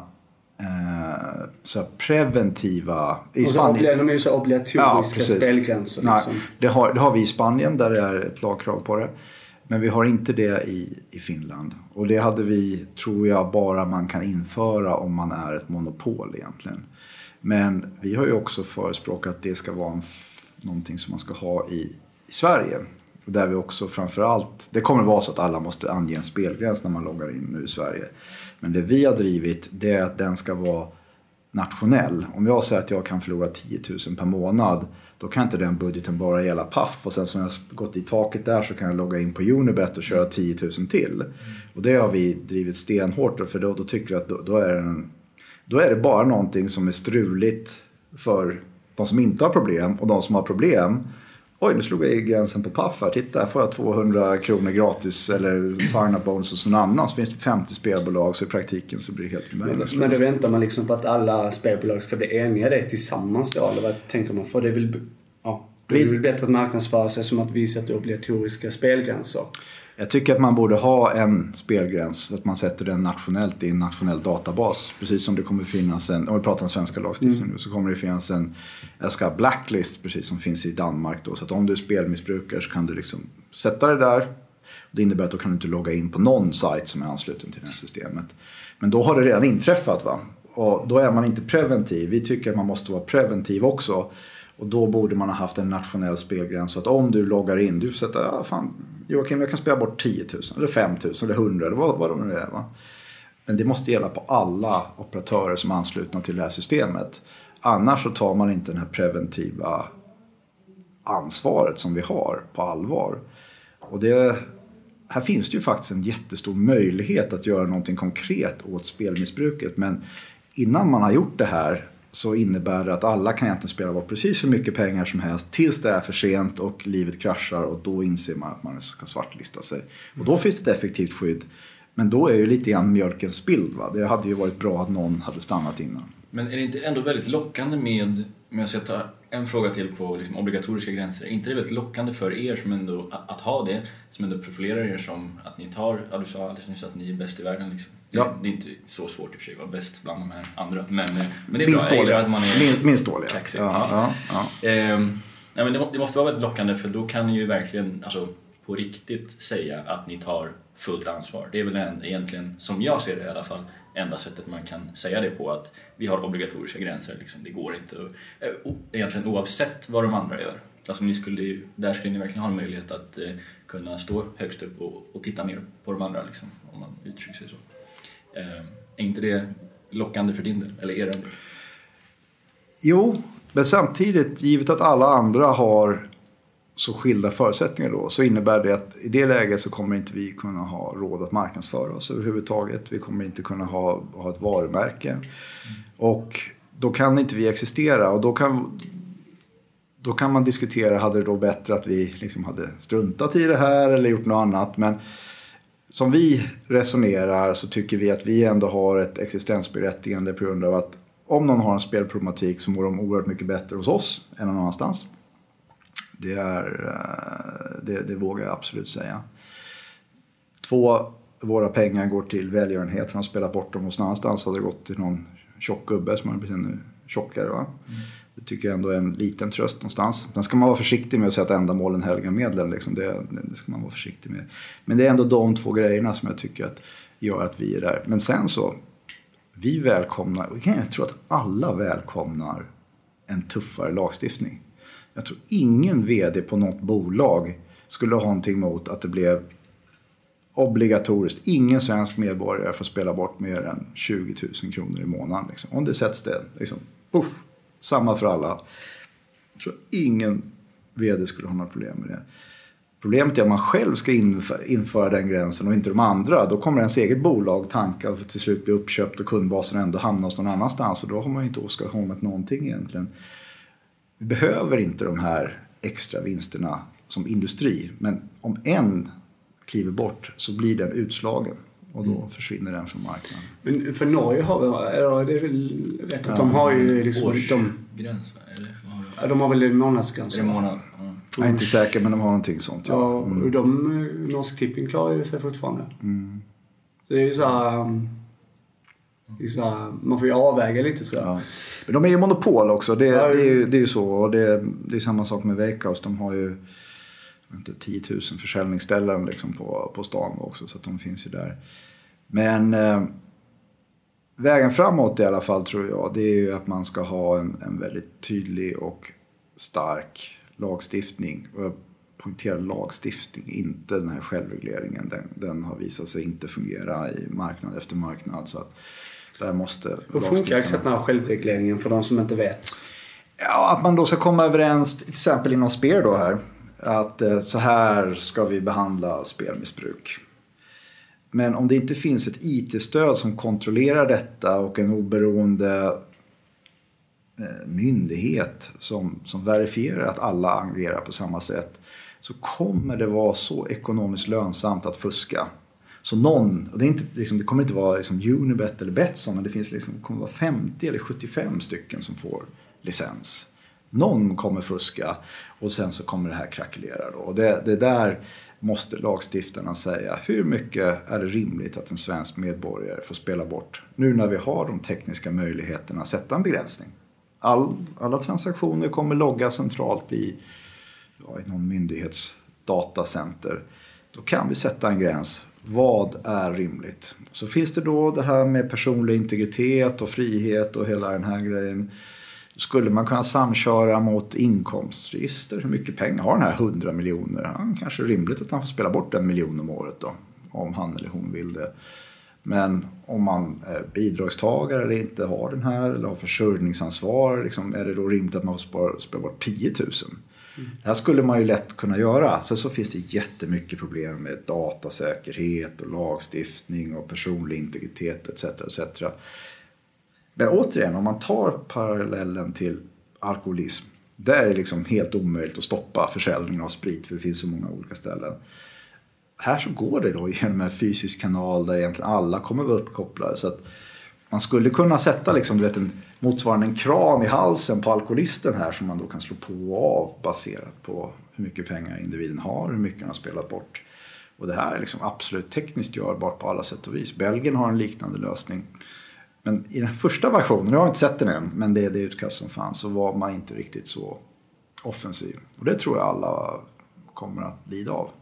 eh, så här preventiva... I Spanien, de är ju så obligatoriska ja, spelgränser. Nej, liksom. det, har, det har vi i Spanien där det är ett lagkrav på det. Men vi har inte det i, i Finland. Och det hade vi, tror jag, bara man kan införa om man är ett monopol egentligen. Men vi har ju också förespråkat att det ska vara en, någonting som man ska ha i, i Sverige. Och där vi också framförallt, det kommer vara så att alla måste ange en spelgräns när man loggar in nu i Sverige. Men det vi har drivit, det är att den ska vara nationell. Om jag säger att jag kan förlora tio tusen per månad, då kan inte den budgeten bara gälla paff. Och sen som jag har gått i taket där så kan jag logga in på Unibet och köra tio tusen till. Mm. Och det har vi drivit stenhårt, för då, då tycker jag att då, då, är det en, då är det bara någonting som är struligt för de som inte har problem, och de som har problem. Oj, nu slog jag i gränsen på paff här. Titta, här får jag tvåhundra kronor gratis eller sign-up bonus och sån annan. Så finns det femtio spelbolag, så i praktiken så blir det helt möjligt. Men då väntar man liksom på att alla spelbolag ska bli eniga det tillsammans då? Eller vad tänker man? För det är väl, ja, det är väl bättre att marknadsföra sig som att vi sätter obligatoriska spelgränser? Jag tycker att man borde ha en spelgräns, att man sätter den nationellt i en nationell databas. Precis som det kommer finnas en, om vi pratar om svenska lagstiftning mm. nu, så kommer det finnas en, jag ska blacklist, precis som finns i Danmark då. Så att om du är spelmissbrukare så kan du liksom sätta det där. Det innebär att då kan du inte logga in på någon sajt som är ansluten till det här systemet. Men då har det redan inträffat, va? Och då är man inte preventiv. Vi tycker att man måste vara preventiv också. Och då borde man ha haft en nationell spelgräns. Så att om du loggar in, du får sätta, ja fan, Joakim, jag kan spela bort tio tusen eller fem tusen eller hundra eller vad, vad det nu är, va? Men det måste gälla på alla operatörer som är anslutna till det här systemet. Annars så tar man inte den här preventiva ansvaret som vi har på allvar. Och det, här finns det ju faktiskt en jättestor möjlighet att göra någonting konkret åt spelmissbruket. Men innan man har gjort det här så innebär det att alla kan egentligen spela bort precis hur mycket pengar som helst tills det är för sent och livet kraschar, och då inser man att man ska svartlista sig. Och då finns det ett effektivt skydd. Men då är ju lite grann mjölken spilld, va? Det hade ju varit bra att någon hade stannat innan. Men är det inte ändå väldigt lockande med, med att ta en fråga till på liksom obligatoriska gränser, är inte det väldigt lockande för er som ändå, att ha det, som ändå profilerar er som att ni tar, ja du sa alldeles nyss att ni är bäst i världen liksom. Det, ja. Det är inte så svårt i och för sig att vara bäst bland de här andra, men, men det är minst bra dåliga. Att man är Min, minst dåliga. Kaxig. Ja, ja, ja. Ehm, nej, men det, det måste vara väldigt lockande, för då kan ni ju verkligen, alltså på riktigt säga att ni tar fullt ansvar. Det är väl en, egentligen, som jag ser det i alla fall, enda sättet man kan säga det på, att vi har obligatoriska gränser liksom. Det går inte att, egentligen oavsett vad de andra gör. Alltså ni skulle ju, där skulle ni verkligen ha en möjlighet att eh, kunna stå högst upp och, och titta ner på de andra liksom, om man uttrycker sig så. Eh, är inte det lockande för din del, eller er del? Jo, men samtidigt, givet att alla andra har så skilda förutsättningar då, så innebär det att i det läget så kommer inte vi kunna ha råd att marknadsföra oss överhuvudtaget. Vi kommer inte kunna ha, ha ett varumärke. Mm. Och då kan inte vi existera, och då kan, då kan man diskutera, hade det då bättre att vi liksom hade struntat i det här eller gjort något annat. Men som vi resonerar så tycker vi att vi ändå har ett existensberättigande på grund av att om någon har en spelproblematik så mår de oerhört mycket bättre hos oss än någon annanstans. Det, är, det, det vågar jag absolut säga. Två, våra pengar går till välgörenhet. Han spelar bort dem, och någonstans hade det gått till någon tjock gubbe som har blivit ännu tjockare. Va? Mm. Det tycker jag ändå är en liten tröst någonstans. Sen ska man vara försiktig med att säga att ändamålen helgar medlen. Liksom. Det, det ska man vara försiktig med. Men det är ändå de två grejerna som jag tycker att gör att vi är där. Men sen så, vi välkomnar, jag tror att alla välkomnar en tuffare lagstiftning. Jag tror ingen vd på något bolag skulle ha någonting emot att det blev obligatoriskt. Ingen svensk medborgare får spela bort mer än tjugo tusen kronor i månaden. Liksom. Om det sätts det, liksom, puff, samma för alla. Jag tror ingen vd skulle ha några problem med det. Problemet är att man själv ska införa, införa den gränsen och inte de andra. Då kommer ens eget bolag tanka och till slut bli uppköpt och kundbasen ändå hamnar hos någon annanstans. Och då har man ju inte åstadkommit någonting egentligen. Vi behöver inte de här extra vinsterna som industri. Men om en kliver bort så blir den utslagen. Och då mm. försvinner den från marknaden. Men för Norge har vi, eller det är väl rätt att ja, de har ju liksom... Årsgräns, eller? Ja, de har väl en månadsgräns. En månad, Jag är inte säker, men de har någonting sånt. Ja, ja mm. och de, Norsk Tipping klarar ju sig fortfarande. Mm. Så det är ju så här, det är så här, man får ju avväga lite, tror jag. Ja. Men de är ju monopol också. Det, ja, det, är, ju, det är ju så. Och det, det är samma sak med Veikkaus. De har ju inte tio tusen försäljningsställen liksom på, på stan också. Så att de finns ju där. Men eh, vägen framåt i alla fall, tror jag, det är ju att man ska ha en, en väldigt tydlig och stark lagstiftning. Och jag poängterar lagstiftning, inte den här självregleringen. Den, den har visat sig inte fungera i marknad efter marknad. Så att där måste hur funkar exakt den här självregleringen för de som inte vet? Ja, att man då ska komma överens, till exempel inom spel då här. Att eh, så här ska vi behandla spelmissbruk. Men om det inte finns ett I T-stöd som kontrollerar detta och en oberoende eh, myndighet som, som verifierar att alla agerar på samma sätt, så kommer det vara så ekonomiskt lönsamt att fuska. Så någon, och det, är inte, liksom, det kommer inte vara liksom Unibet eller Betsson, men det finns liksom, det kommer vara femtio eller sjuttiofem stycken som får licens. Någon kommer fuska och sen så kommer det här krackelera då. Och det, det där måste lagstiftarna säga. Hur mycket är det rimligt att en svensk medborgare får spela bort? Nu när vi har de tekniska möjligheterna att sätta en begränsning. All, alla transaktioner kommer logga centralt i, ja, i någon myndighets datacenter. Då kan vi sätta en gräns. Vad är rimligt? Så finns det då det här med personlig integritet och frihet och hela den här grejen. Skulle man kunna samköra mot inkomstregister? Hur mycket pengar har den här hundra miljoner? Ja, kanske rimligt att han får spela bort en miljon om året då. Om han eller hon vill det. Men om man är bidragstagare eller inte har den här eller har försörjningsansvar, liksom, är det då rimligt att man får spela, spela bort tio tusen? Mm. Det här skulle man ju lätt kunna göra. Sen så finns det jättemycket problem med datasäkerhet och lagstiftning och personlig integritet et cetera et cetera. Men återigen, om man tar parallellen till alkoholism, där är det liksom helt omöjligt att stoppa försäljningen av sprit för det finns så många olika ställen. Här så går det då genom en fysisk kanal där egentligen alla kommer vara uppkopplade, så att man skulle kunna sätta liksom, du vet, en motsvarande en kran i halsen på alkoholisten här som man då kan slå på och av baserat på hur mycket pengar individen har, hur mycket han har spelat bort. Och det här är liksom absolut tekniskt görbart på alla sätt och vis. Belgien har en liknande lösning. Men i den första versionen, jag har inte sett den än, men det är det utkast som fanns, så var man inte riktigt så offensiv. Och det tror jag alla kommer att lida av.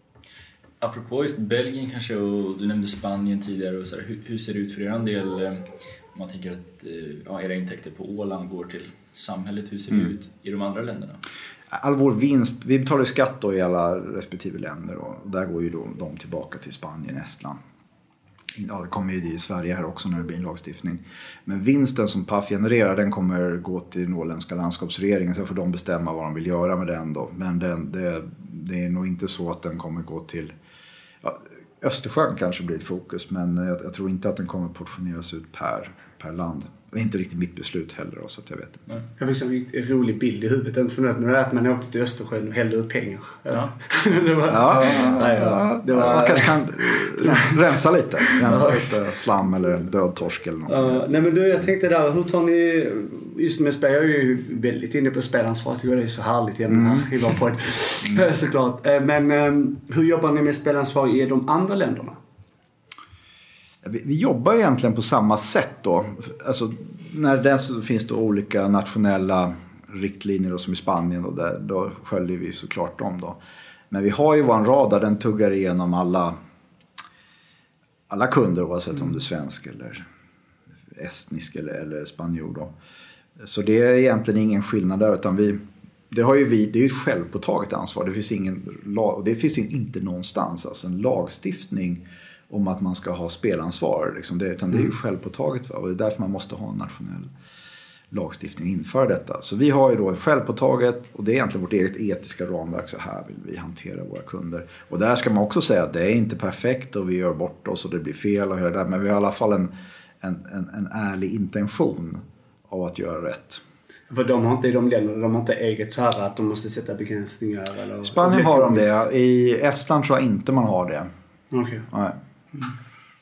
Apropå just Belgien kanske, och du nämnde Spanien tidigare, och så här, hur, hur ser det ut för er del? Om man tänker att ja, era intäkter på Åland går till samhället, hur ser det mm. ut i de andra länderna? All vår vinst, vi betalar skatt då i alla respektive länder, och där går ju då de tillbaka till Spanien, Estland. Ja, det kommer ju i Sverige här också när det blir en lagstiftning. Men vinsten som P A F genererar, den kommer gå till den åländska landskapsregeringen. Så får de bestämma vad de vill göra med den då. Men den, det, det är nog inte så att den kommer gå till... Ja, Östersjön kanske blir ett fokus, men jag, jag tror inte att den kommer portioneras ut per, per land. Det är inte riktigt mitt beslut heller då, så att jag vet inte. Jag fick en rolig bild i huvudet. Jag har inte funderat med det att man åkte till Östersjön och hällde ut pengar. Ja. det var, ja, nej, ja, det var, man kanske kan rensa lite. Rensa lite slam eller död torsk eller någonting. Uh, nej men du, jag tänkte där, hur tar ni... Just med spel, jag är ju väldigt inne på spelansvar. Jag tycker det är så härligt igen mm. i vår podd. Såklart. Men um, hur jobbar ni med spelansvar i de andra länderna? Vi, vi jobbar egentligen på samma sätt då. Alltså, när det så finns det olika nationella riktlinjer då, som i Spanien, och där, då sköljer vi såklart dem då. Men vi har ju vår radar, den tuggar igenom alla, alla kunder, oavsett mm. om du är svensk eller estnisk eller, eller spanjor då. Så det är egentligen ingen skillnad där, utan vi, det har ju vi, det är ju ett självpåtaget ansvar. Det finns ingen lag, och det finns ju inte någonstans alltså en lagstiftning om att man ska ha spelansvar liksom det, utan det är ju självpåtaget, va? Och det är därför man måste ha en nationell lagstiftning inför detta. Så vi har ju då en självpåtaget, och det är egentligen vårt eget etiska ramverk, så här vill vi hantera våra kunder. Och där ska man också säga att det är inte perfekt och vi gör bort oss och det blir fel och hela det där, men vi har i alla fall en, en, en, en ärlig intention av att göra rätt. För de har inte i de länderna, de har inte eget så här att de måste sätta begränsningar eller... Spanien har de det, i Estland tror jag inte man har det. Okej. Okay. Nej. Mm.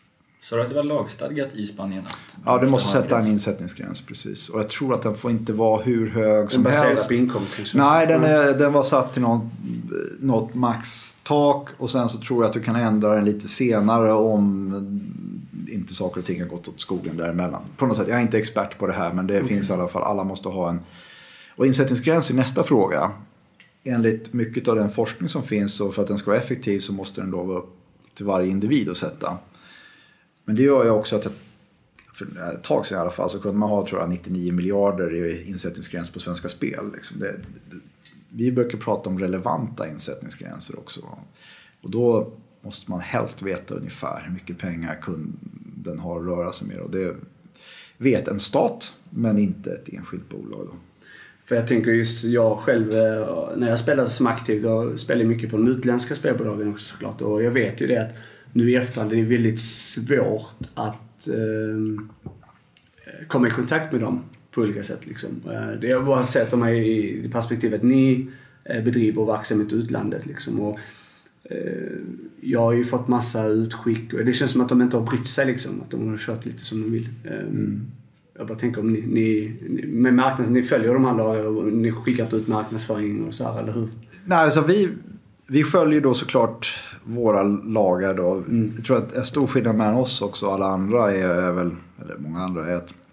Så att det var lagstadgat i Spanien att... Ja, det måste sätta en insättningsgräns, precis. Och jag tror att den får inte vara hur hög som helst. På inkomst, kanske. Nej, den, är, den var satt till något, något maxtak. Och sen så tror jag att du kan ändra den lite senare om inte saker och ting har gått åt skogen däremellan. På något sätt, jag är inte expert på det här, men det okay. finns i alla fall. Alla måste ha en... Och insättningsgräns är nästa fråga. Enligt mycket av den forskning som finns, och för att den ska vara effektiv så måste den då vara upp till varje individ att sätta. Men det gör ju också att för ett tag sedan i alla fall så kunde man ha, tror jag, nittionio miljarder i insättningsgräns på Svenska Spel. Liksom det, det, vi brukar prata om relevanta insättningsgränser också. Och då måste man helst veta ungefär hur mycket pengar kunden har att röra sig med. Och det vet en stat, men inte ett enskilt bolag då. För jag tänker just, jag själv, när jag spelade som aktiv, då spelade jag mycket på de utländska spelbolagen också såklart. Och jag vet ju det att nu i efterhand det är väldigt svårt att eh, komma i kontakt med dem på olika sätt. Liksom. Det har bara sett dem i perspektivet att ni bedriver verksamhet i utlandet. Liksom. Och, eh, jag har ju fått massa utskick och det känns som att de inte har brytt sig. Liksom, att de har kört lite som de vill. Mm. Jag bara tänker om ni, ni, med marknads, ni följer de här lagarna och ni skickar ut marknadsföring och så här, eller hur? Nej, alltså vi, vi följer då såklart våra lagar då. Mm. Jag tror att en stor skillnad mellan oss också och alla andra är, är väl, eller många andra är att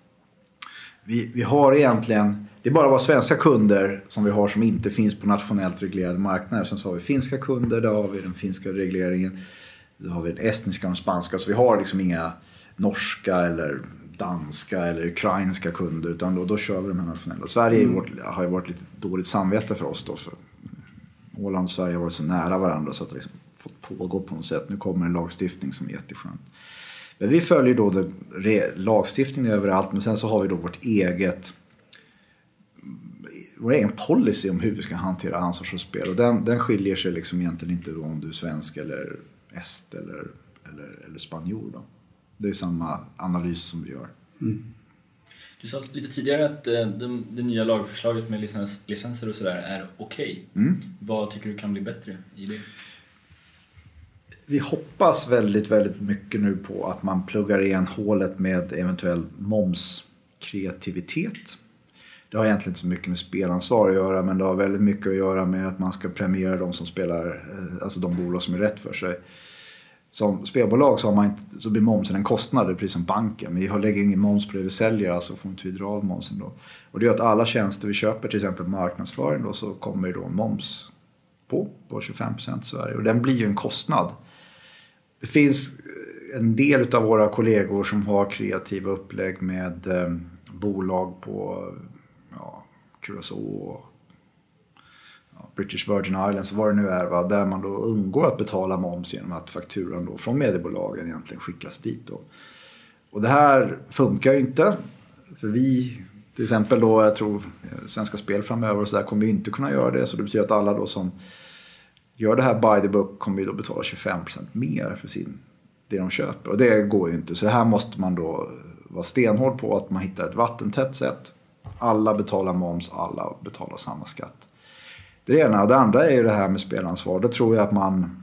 vi, vi har egentligen, det är bara våra svenska kunder som vi har som inte finns på nationellt reglerade marknader. Sen så har vi finska kunder, där har vi den finska regleringen, då har vi den estniska och den spanska, så vi har liksom inga norska eller danska eller ukrainska kunder, utan då, då kör vi de här nationella. Sverige mm. vårt, har ju varit lite dåligt samvete för oss då, för Åland och Sverige har varit så nära varandra så att det liksom fått pågå på något sätt. Nu kommer en lagstiftning som är jätteskönt. Men vi följer då det, re, lagstiftningen överallt, men sen så har vi då vårt eget vår egen policy om hur vi ska hantera ansvarsspel, och den, den skiljer sig liksom egentligen inte då om du är svensk eller est eller, eller, eller spanjor då. Det är samma analys som vi gör. Mm. Du sa lite tidigare att eh, det, det nya lagförslaget med licens, licenser och sådär är okej. Okay. Mm. Vad tycker du kan bli bättre i det? Vi hoppas väldigt, väldigt mycket nu på att man pluggar igen hålet med eventuell momskreativitet. Det har egentligen inte så mycket med spelansvar att göra, men det har väldigt mycket att göra med att man ska premiera de som spelar, alltså de bolag som är rätt för sig. Som spelbolag så, har man inte, så blir momsen en kostnad, precis som banken. Vi har lägger ingen moms på det vi säljer, alltså får inte vi dra av momsen då. Och det gör att alla tjänster vi köper, till exempel marknadsföring då, så kommer det då en moms på, på tjugofem procent i Sverige. Och den blir ju en kostnad. Det finns en del av våra kollegor som har kreativa upplägg med eh, bolag på ja, Curacao, British Virgin Islands, vad det nu är, va? Där man då undgår att betala moms genom att fakturan då från mediebolagen egentligen skickas dit då. Och det här funkar ju inte, för vi till exempel då, jag tror Svenska Spel framöver och så där kommer ju inte kunna göra det, så det betyder att alla då som gör det här by the book kommer ju då betala tjugofem procent mer för sin, det de köper, och det går ju inte. Så det här måste man då vara stenhård på, att man hittar ett vattentätt sätt. Alla betalar moms, alla betalar samma skatt. Det ena, och det andra är ju det här med spelansvar. Då tror jag att man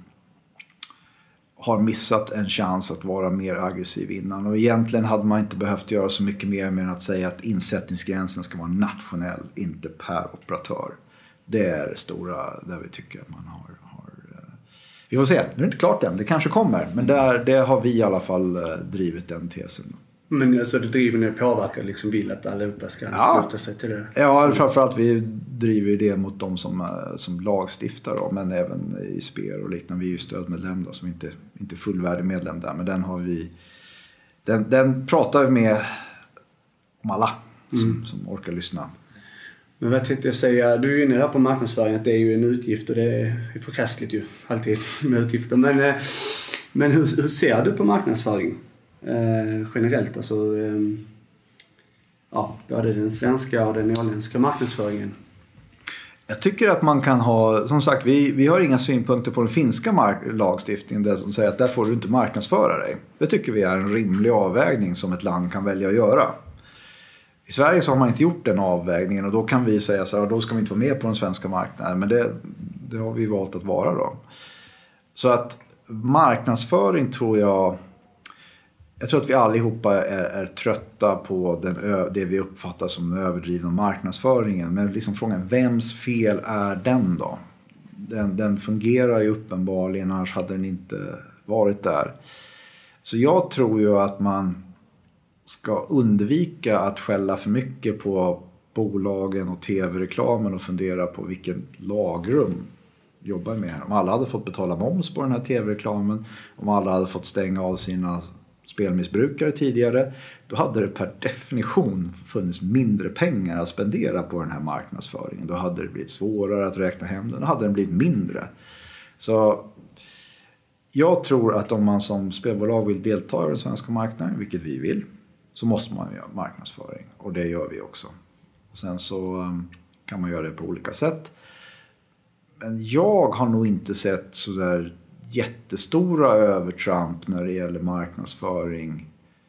har missat en chans att vara mer aggressiv innan. Och egentligen hade man inte behövt göra så mycket mer med att säga att insättningsgränsen ska vara nationell, inte per operatör. Det är det stora där vi tycker att man har... har vi får se, det är inte klart än, det kanske kommer. Men där, det har vi i alla fall drivit den tesen. Men alltså det driver ni påverkar, liksom vill att allihopa ska ja. sluta sig till det? Ja, framförallt vi driver det mot de som, som lagstiftar då, men även i S P E R och liknande. Vi är ju stödmedlem då, som inte inte fullvärdig medlem där, men den har vi den, den pratar vi med om alla som, mm. som orkar lyssna. Men vad tänkte jag säga, du är ju inne här på marknadsföring, att det är ju en utgift och det är förkastligt ju alltid med utgifter. Men, men hur, hur ser du på marknadsföring? Eh, generellt, alltså eh, ja, både den svenska och den åländska marknadsföringen. Jag tycker att man kan ha, som sagt, vi, vi har inga synpunkter på den finska mark- lagstiftningen där som säger att där får du inte marknadsföra dig. Det tycker vi är en rimlig avvägning som ett land kan välja att göra. I Sverige så har man inte gjort den avvägningen, och då kan vi säga så här, då ska vi inte vara med på den svenska marknaden, men det, det har vi valt att vara då. Så att marknadsföring tror jag jag tror att vi allihopa är, är trötta på den, det vi uppfattar som den överdrivna marknadsföringen. Men liksom frågan, vems fel är den då? Den, den fungerar ju uppenbarligen, annars hade den inte varit där. Så jag tror ju att man ska undvika att skälla för mycket på bolagen och tv-reklamen och fundera på vilken lagrum jobbar med här. Om alla hade fått betala moms på den här tv-reklamen, om alla hade fått stänga av sina spelmissbrukare tidigare, då hade det per definition funnits mindre pengar att spendera på den här marknadsföringen. Då hade det blivit svårare att räkna hem den, då hade den blivit mindre. Så jag tror att om man som spelbolag vill delta i den svenska marknaden, vilket vi vill, så måste man göra marknadsföring. Och det gör vi också. Och sen så kan man göra det på olika sätt. Men jag har nog inte sett så där jättestora övertramp när det gäller marknadsföring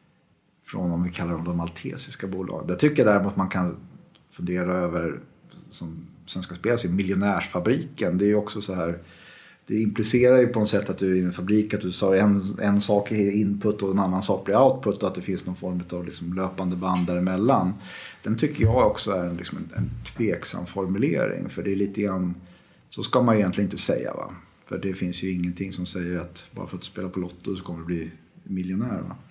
från, om vi kallar dem, de maltesiska bolagen. Där tycker jag däremot man kan fundera över, som Svenska Spel, i miljonärsfabriken. Det är ju också så här, det implicerar ju på något sätt att du är i en fabrik, att du sa en, en sak är input och en annan sak blir output, och att det finns någon form av liksom löpande band däremellan. Den tycker jag också är en, liksom en, en tveksam formulering, för det är lite grann, så ska man egentligen inte säga, va? För det finns ju ingenting som säger att bara för att spela på Lotto så kommer du bli miljonär, va?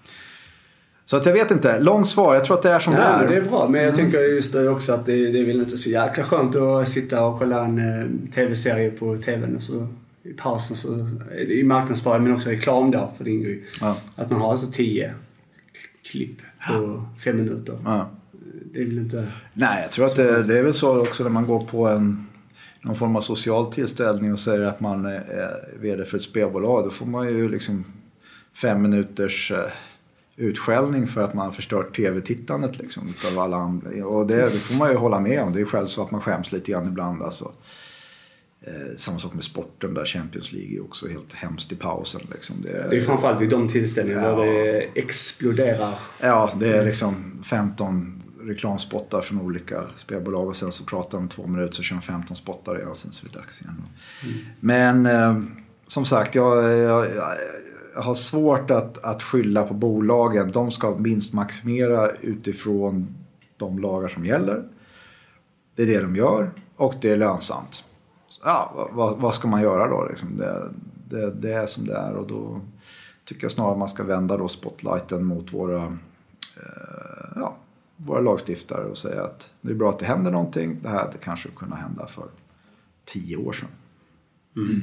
Så att jag vet inte, långt svar, jag tror att det är som ja, det är. Det är bra, men jag mm. tycker just det också att det, det är väl inte så jäkla skönt att sitta och kolla en eh, tv-serie på tvn och så i pausen, så i marknadsföring, men också reklam då, för det ingår ju. Ja. Att man har alltså tio klipp på ja. fem minuter. Ja. Det är väl inte... Nej, jag tror att det, det är väl så också när man går på en någon form av social tillställning och säger att man är vd för ett spelbolag, då får man ju liksom fem minuters utskällning för att man har förstört tv-tittandet liksom, utav alla andra. Och det, det får man ju hålla med om. Det är själv så att man skäms lite grann ibland. Alltså. Eh, samma sak med sporten, där Champions League är också helt hemskt i pausen. Liksom. Det, är, det är framförallt vid de tillställningarna ja, där det exploderar. Ja, det är liksom femton reklamspottar från olika spelbolag och sen så pratar de två minuter så kör de femton spottar igen och sen så är det dags igen. Mm. Men eh, som sagt, jag, jag, jag har svårt att, att skylla på bolagen. De ska minst maximera utifrån de lagar som gäller. Det är det de gör och det är lönsamt. Ja, vad, vad ska man göra då? Liksom? Det, det, det är som det är, och då tycker jag snarare man ska vända då spotlighten mot våra eh, ja, våra lagstiftare och säga att det är bra att det händer någonting. Det här det kanske kunde hända för tio år sedan. Mm.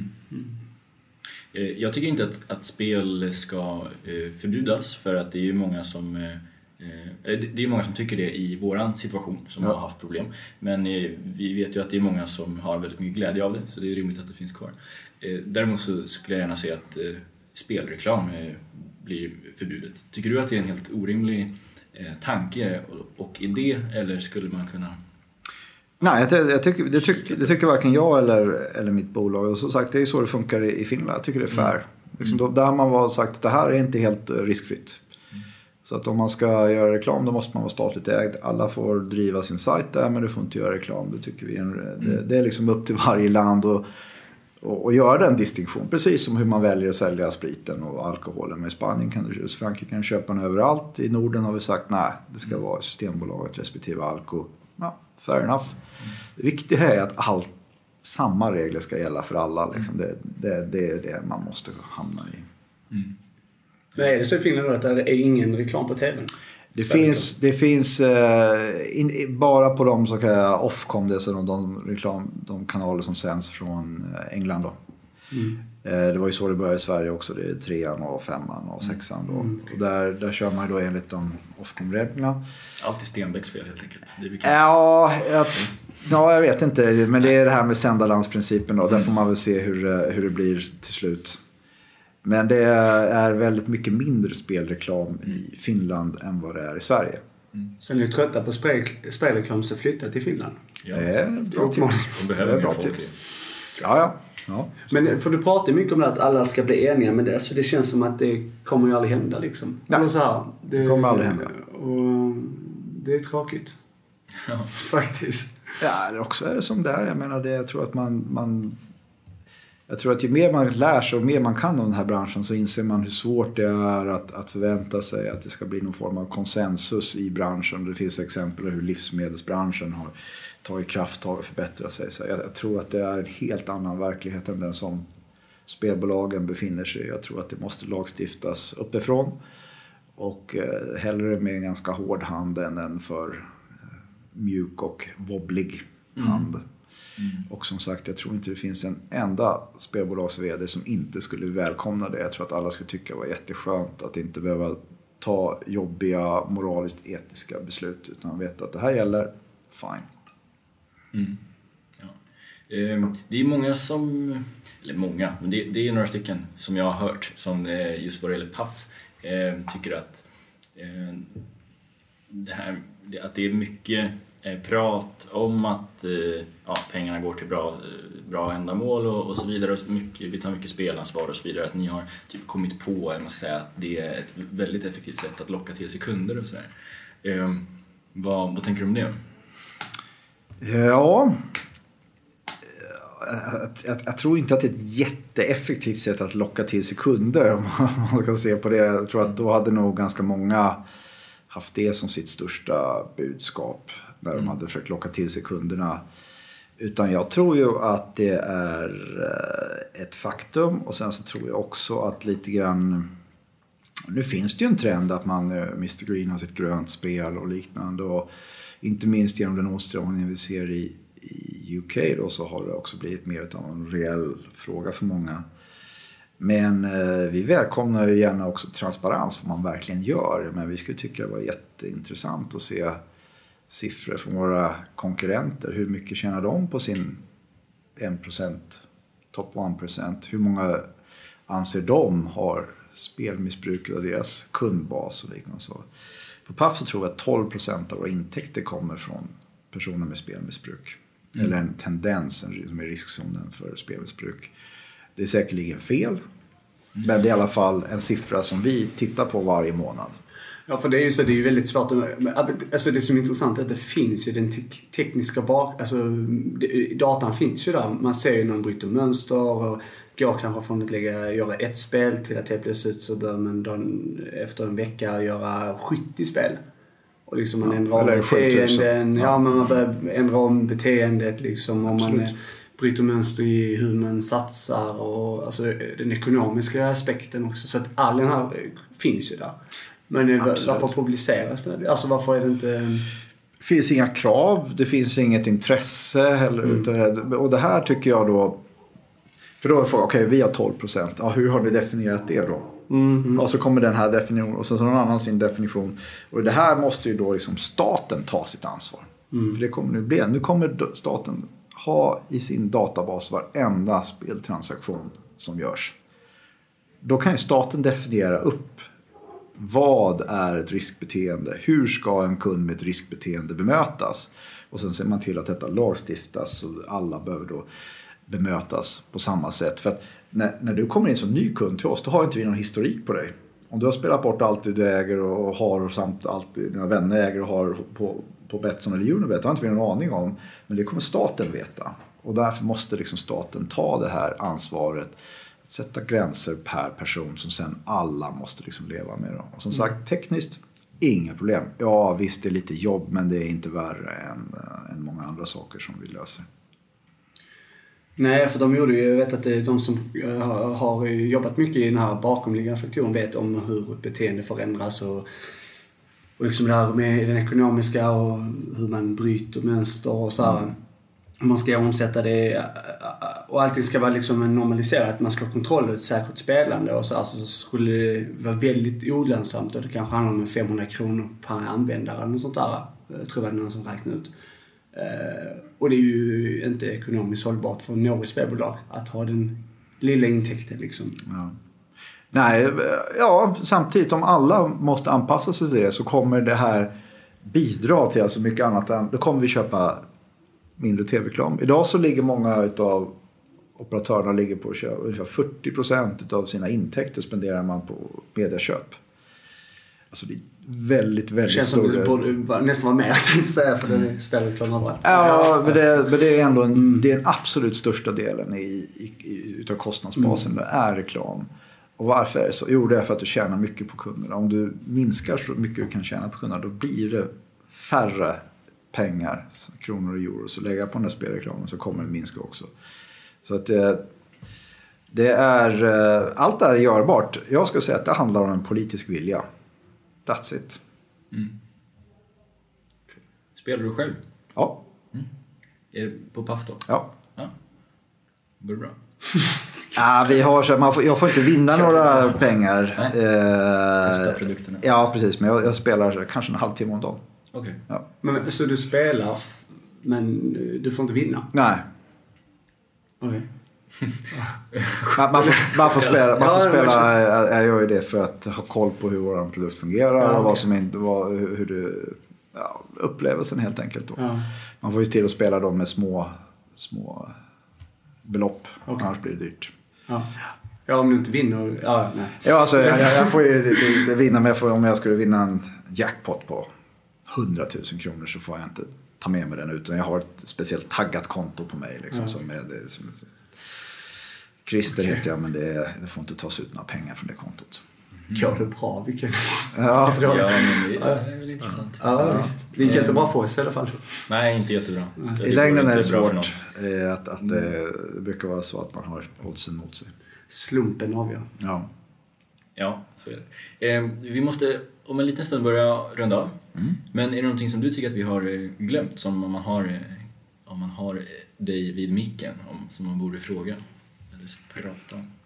Mm. Jag tycker inte att, att spel ska förbjudas, för att det är ju många som det är många som tycker det i våran situation som ja. har haft problem. Men vi vet ju att det är många som har väldigt mycket glädje av det, så det är rimligt att det finns kvar. Däremot så skulle jag gärna se att spelreklam blir förbjudet. Tycker du att det är en helt orimlig tanke och idé, eller skulle man kunna... Nej, jag, jag tycker, det, tycker, det tycker varken jag eller, eller mitt bolag. Och som sagt, det är så det funkar i, i Finland. Jag tycker det är fair. Mm. Liksom, då, där har man var sagt att det här är inte helt riskfritt. Mm. Så att om man ska göra reklam, då måste man vara statligt ägd. Alla får driva sin sajt där, men du får inte göra reklam. Det tycker vi är, mm. det, det är liksom upp till varje land och, och, och göra den distinktion. Precis som hur man väljer att sälja spriten och alkoholen. Men i Spanien kan du, Frankrike kan köpa den överallt. I Norden har vi sagt nej, det ska vara Systembolaget respektive alko. Ja, fair enough. Mm. Det viktiga är att allt, samma regler ska gälla för alla. Liksom. Det, det, det är det man måste hamna i. Mm. Men är det så i Finland att det är ingen reklam på tvn? Det finns, det finns eh, in, bara på de så kallade Ofcom, det är så de, reklam, de kanaler som sänds från England då. Mm. Eh, det var ju så det började i Sverige också. Det är trean och femman och sexan då. Mm, okay. Och där, där kör man då enligt de Ofcom-reglerna. Alltid Stenbecks fel helt enkelt. Det är ja, jag, ja, jag vet inte. Men det är det här med sändarlandsprincipen då. Mm. Där får man väl se hur, hur det blir till slut. Men det är väldigt mycket mindre spelreklam i Finland än vad det är i Sverige. Mm. Så ni är trötta på spel, spelreklam så flytta till Finland? Ja. Det är bra tips. De behöver bra tips. Ja, ja. ja. Men för du pratar mycket om det att alla ska bli eniga, men det, alltså, det känns som att det kommer ju aldrig hända liksom. Ja. Så här, det, det kommer aldrig hända. Och det är tråkigt. Ja. Faktiskt. Ja, det också är det som det är. Jag menar, det, jag tror att man... man Jag tror att ju mer man lär sig och mer man kan om den här branschen så inser man hur svårt det är att, att förvänta sig att det ska bli någon form av konsensus i branschen. Det finns exempel på hur livsmedelsbranschen har tagit krafttag och förbättrat sig. Så jag, jag tror att det är en helt annan verklighet än den som spelbolagen befinner sig i. Jag tror att det måste lagstiftas uppifrån och eh, hellre med en ganska hård hand än en för eh, mjuk och wobblig hand. Mm. Mm. Och som sagt, jag tror inte det finns en enda spelbolags-vd som inte skulle välkomna det. Jag tror att alla skulle tycka det var jätteskönt att inte behöva ta jobbiga moraliskt etiska beslut utan veta att det här gäller, fine. Mm. Ja. Det är många som, eller många, men det, det är några stycken som jag har hört som just vad det gäller P A F tycker att det här, att det är mycket prat om att ja, pengarna går till bra, bra ändamål och, och så vidare och mycket, vi tar mycket spelansvar och så vidare, att ni har typ kommit på, jag måste säga, att det är ett väldigt effektivt sätt att locka till sig kunder och sådär. Eh, vad, vad tänker du om det? Ja, jag, jag, jag tror inte att det är ett jätteeffektivt sätt att locka till sig kunder om man kan se på det. Jag tror att då hade nog ganska många haft det som sitt största budskap när de hade försökt locka till sig kunderna. Utan jag tror ju att det är ett faktum och sen så tror jag också att lite grann, nu finns det ju en trend att man, mister Green har sitt grönt spel och liknande och inte minst genom den åtstramningen vi ser i, i U K då så har det också blivit mer av en reell fråga för många. Men eh, vi välkomnar ju gärna också transparens vad man verkligen gör. Men vi skulle tycka det var jätteintressant att se siffror från våra konkurrenter. Hur mycket tjänar de på sin en procent, top one procent? Hur många anser de har spelmissbruk av deras kundbas och liknande så. På P A F så tror jag att tolv procent av våra intäkter kommer från personer med spelmissbruk. Mm. Eller en tendens som är riskzonen för spelmissbruk. Det är säkerligen fel. Mm. Men det är i alla fall en siffra som vi tittar på varje månad. Ja, för det är ju så, det är ju väldigt svårt att, alltså det som är intressant är att det finns ju den te- tekniska bak, alltså det, datan finns ju där. Man ser ju någon bryter mönster och går kanske från att lägga, göra ett spel till att helt plötsligt så bör man då, efter en vecka göra sjuttio spel. Och liksom man ja, ändrar om beteenden, ja. ja men man börjar ändra om beteendet liksom om Absolut. man bryter mönster i hur man satsar och alltså den ekonomiska aspekten också. Så att all den här finns ju där. Men Absolut. varför publiceras det? Alltså varför är det inte... Det finns inga krav, det finns inget intresse heller. Mm. Och det här tycker jag då... För då är frågan, okej okay, vi har tolv procent. Ja, hur har ni definierat det då? Mm. Och så kommer den här definitionen och så någon annan sin definition. Och det här måste ju då liksom staten ta sitt ansvar. Mm. För det kommer nu bli. Nu kommer staten ha i sin databas varenda speltransaktion som görs. Då kan ju staten definiera upp vad är ett riskbeteende? Hur ska en kund med ett riskbeteende bemötas? Och sen ser man till att detta lagstiftas så alla behöver då bemötas på samma sätt. För att när, när du kommer in som ny kund till oss då har inte vi någon historik på dig. Om du har spelat bort allt du äger och har och samt allt dina vänner äger och har på, på Betsson eller Unibet har inte vi någon aning om. Men det kommer staten veta. Och därför måste liksom staten ta det här ansvaret. Sätta gränser per person som sen alla måste liksom leva med. Då. Och som sagt, tekniskt, inga problem. Ja, visst det är lite jobb men det är inte värre än, än många andra saker som vi löser. Nej, för de gjorde ju, jag vet att det är de som har jobbat mycket i den här bakomliggande faktorn vet om hur beteende förändras och, och liksom det här med den ekonomiska och hur man bryter mönster och så här. Mm. Man ska omsätta det och allting ska vara liksom normaliserat. Man ska ha kontroll över ett säkert spelande och så, alltså, så skulle det vara väldigt olönsamt och det kanske handlar om femhundra kronor per användare eller något sånt där. Jag tror det var någon som räknade ut. Uh, och det är ju inte ekonomiskt hållbart för något spelbolag att ha den lilla intäkten liksom. Ja. Nej, ja, samtidigt om alla måste anpassa sig till det så kommer det här bidra till alltså mycket annat än, då kommer vi köpa mindre tv-reklam. Idag så ligger många utav operatörerna ligger på att köpa ungefär fyrtio procent av sina intäkter spenderar man på medieköp. Alltså det är väldigt, väldigt känns stor... Känns som du borde nästan vara med, jag tänkte säga, för det spelar klart överallt. Ja, men det, men det är ändå en, mm. det är den absolut största delen i, i, i, utav kostnadsbasen. Mm. Det är reklam. Och varför är det så? Jo, det är för att du tjänar mycket på kunderna. Om du minskar så mycket du kan tjäna på kunderna, då blir det färre pengar, kronor och euro. Så lägga på den där spelreklamen så kommer det minska också. Så att det, det är, allt är görbart. Jag ska säga att det handlar om en politisk vilja. That's it. Mm. Spelar du själv? Ja. Mm. Är det på P A F då? Ja. Ja. Går det bra? Ja, vi har så man får, jag får inte vinna några pengar. Eh, Testa produkterna. Ja, precis. Men jag, jag spelar kanske en halvtimme om dagen. Okej. Okay. Ja. Men så du spelar, men du får inte vinna? Nej. Okej. Okay. man, man, får, man får spela, man får spela jag gör ju det för att ha koll på hur vår produkt fungerar, ja, okay. och vad som inte, vad, hur det, ja, upplevelsen helt enkelt då. Ja. Man får ju till att spela dem med små små belopp, okay. Annars blir det dyrt. Ja. Ja, om du inte vinner, ja, nej. Ja, alltså jag, jag får ju det, det vinna med, för om jag skulle vinna en jackpot på hundratusen kronor så får jag inte ta med mig den, utan jag har ett speciellt taggat konto på mig liksom, ja. som är det, som, Christer okay. heter jag, men det, det får inte tas ut några pengar från det kontot. Mm. Ja, det är bra. Vilken... Ja, ja, men det är väl intressant. Ja, ja, visst. Det gick inte bra för oss i alla fall. Nej, inte jättebra. I längden är det svårt att, att mm. det brukar vara så att man har oddsen mot sig. Slumpen avgör. Ja. Ja, så är det. Eh, vi måste om en liten stund börja runda av. Mm. Men är det någonting som du tycker att vi har glömt, som om man har, om man har dig vid micken, om, som man borde fråga eller prata om?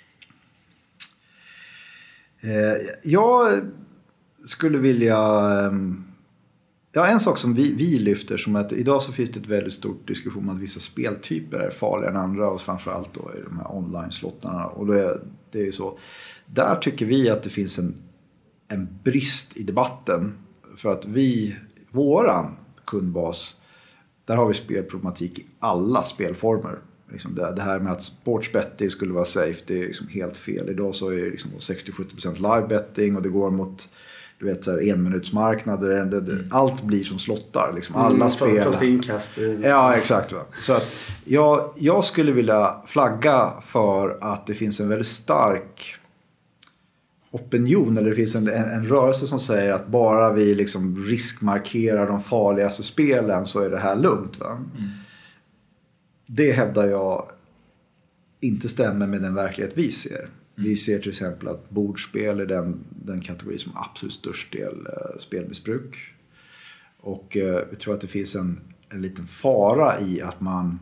Jag skulle vilja... Ja, en sak som vi, vi lyfter, som att idag så finns det ett väldigt stort diskussion om att vissa speltyper är farligare än andra, och framförallt då är de här online-slottarna. Och då är, det är ju så. Där tycker vi att det finns en, en brist i debatten, för att vi, våran kundbas, där har vi spelproblematik i alla spelformer. Liksom det, det här med att sportsbetting skulle vara safe, det är liksom helt fel. Idag så är det liksom sextio till sjuttio procent live betting, och det går mot, du vet, så här enminutsmarknader. Det, det, mm. Allt blir som slottar. Liksom. Alla mm, spelar. Första inkast. Ja, exakt. Va? Så att jag, jag skulle vilja flagga för att det finns en väldigt stark opinion, eller det finns en, en, en rörelse som säger att bara vi liksom riskmarkerar de farligaste spelen så är det här lugnt. Va? Mm. Det hävdar jag inte stämmer med den verklighet vi ser. Mm. Vi ser till exempel att bordspel är den, den kategori som absolut störst del eh, spelmissbruk. Och eh, jag tror att det finns en, en liten fara i att man...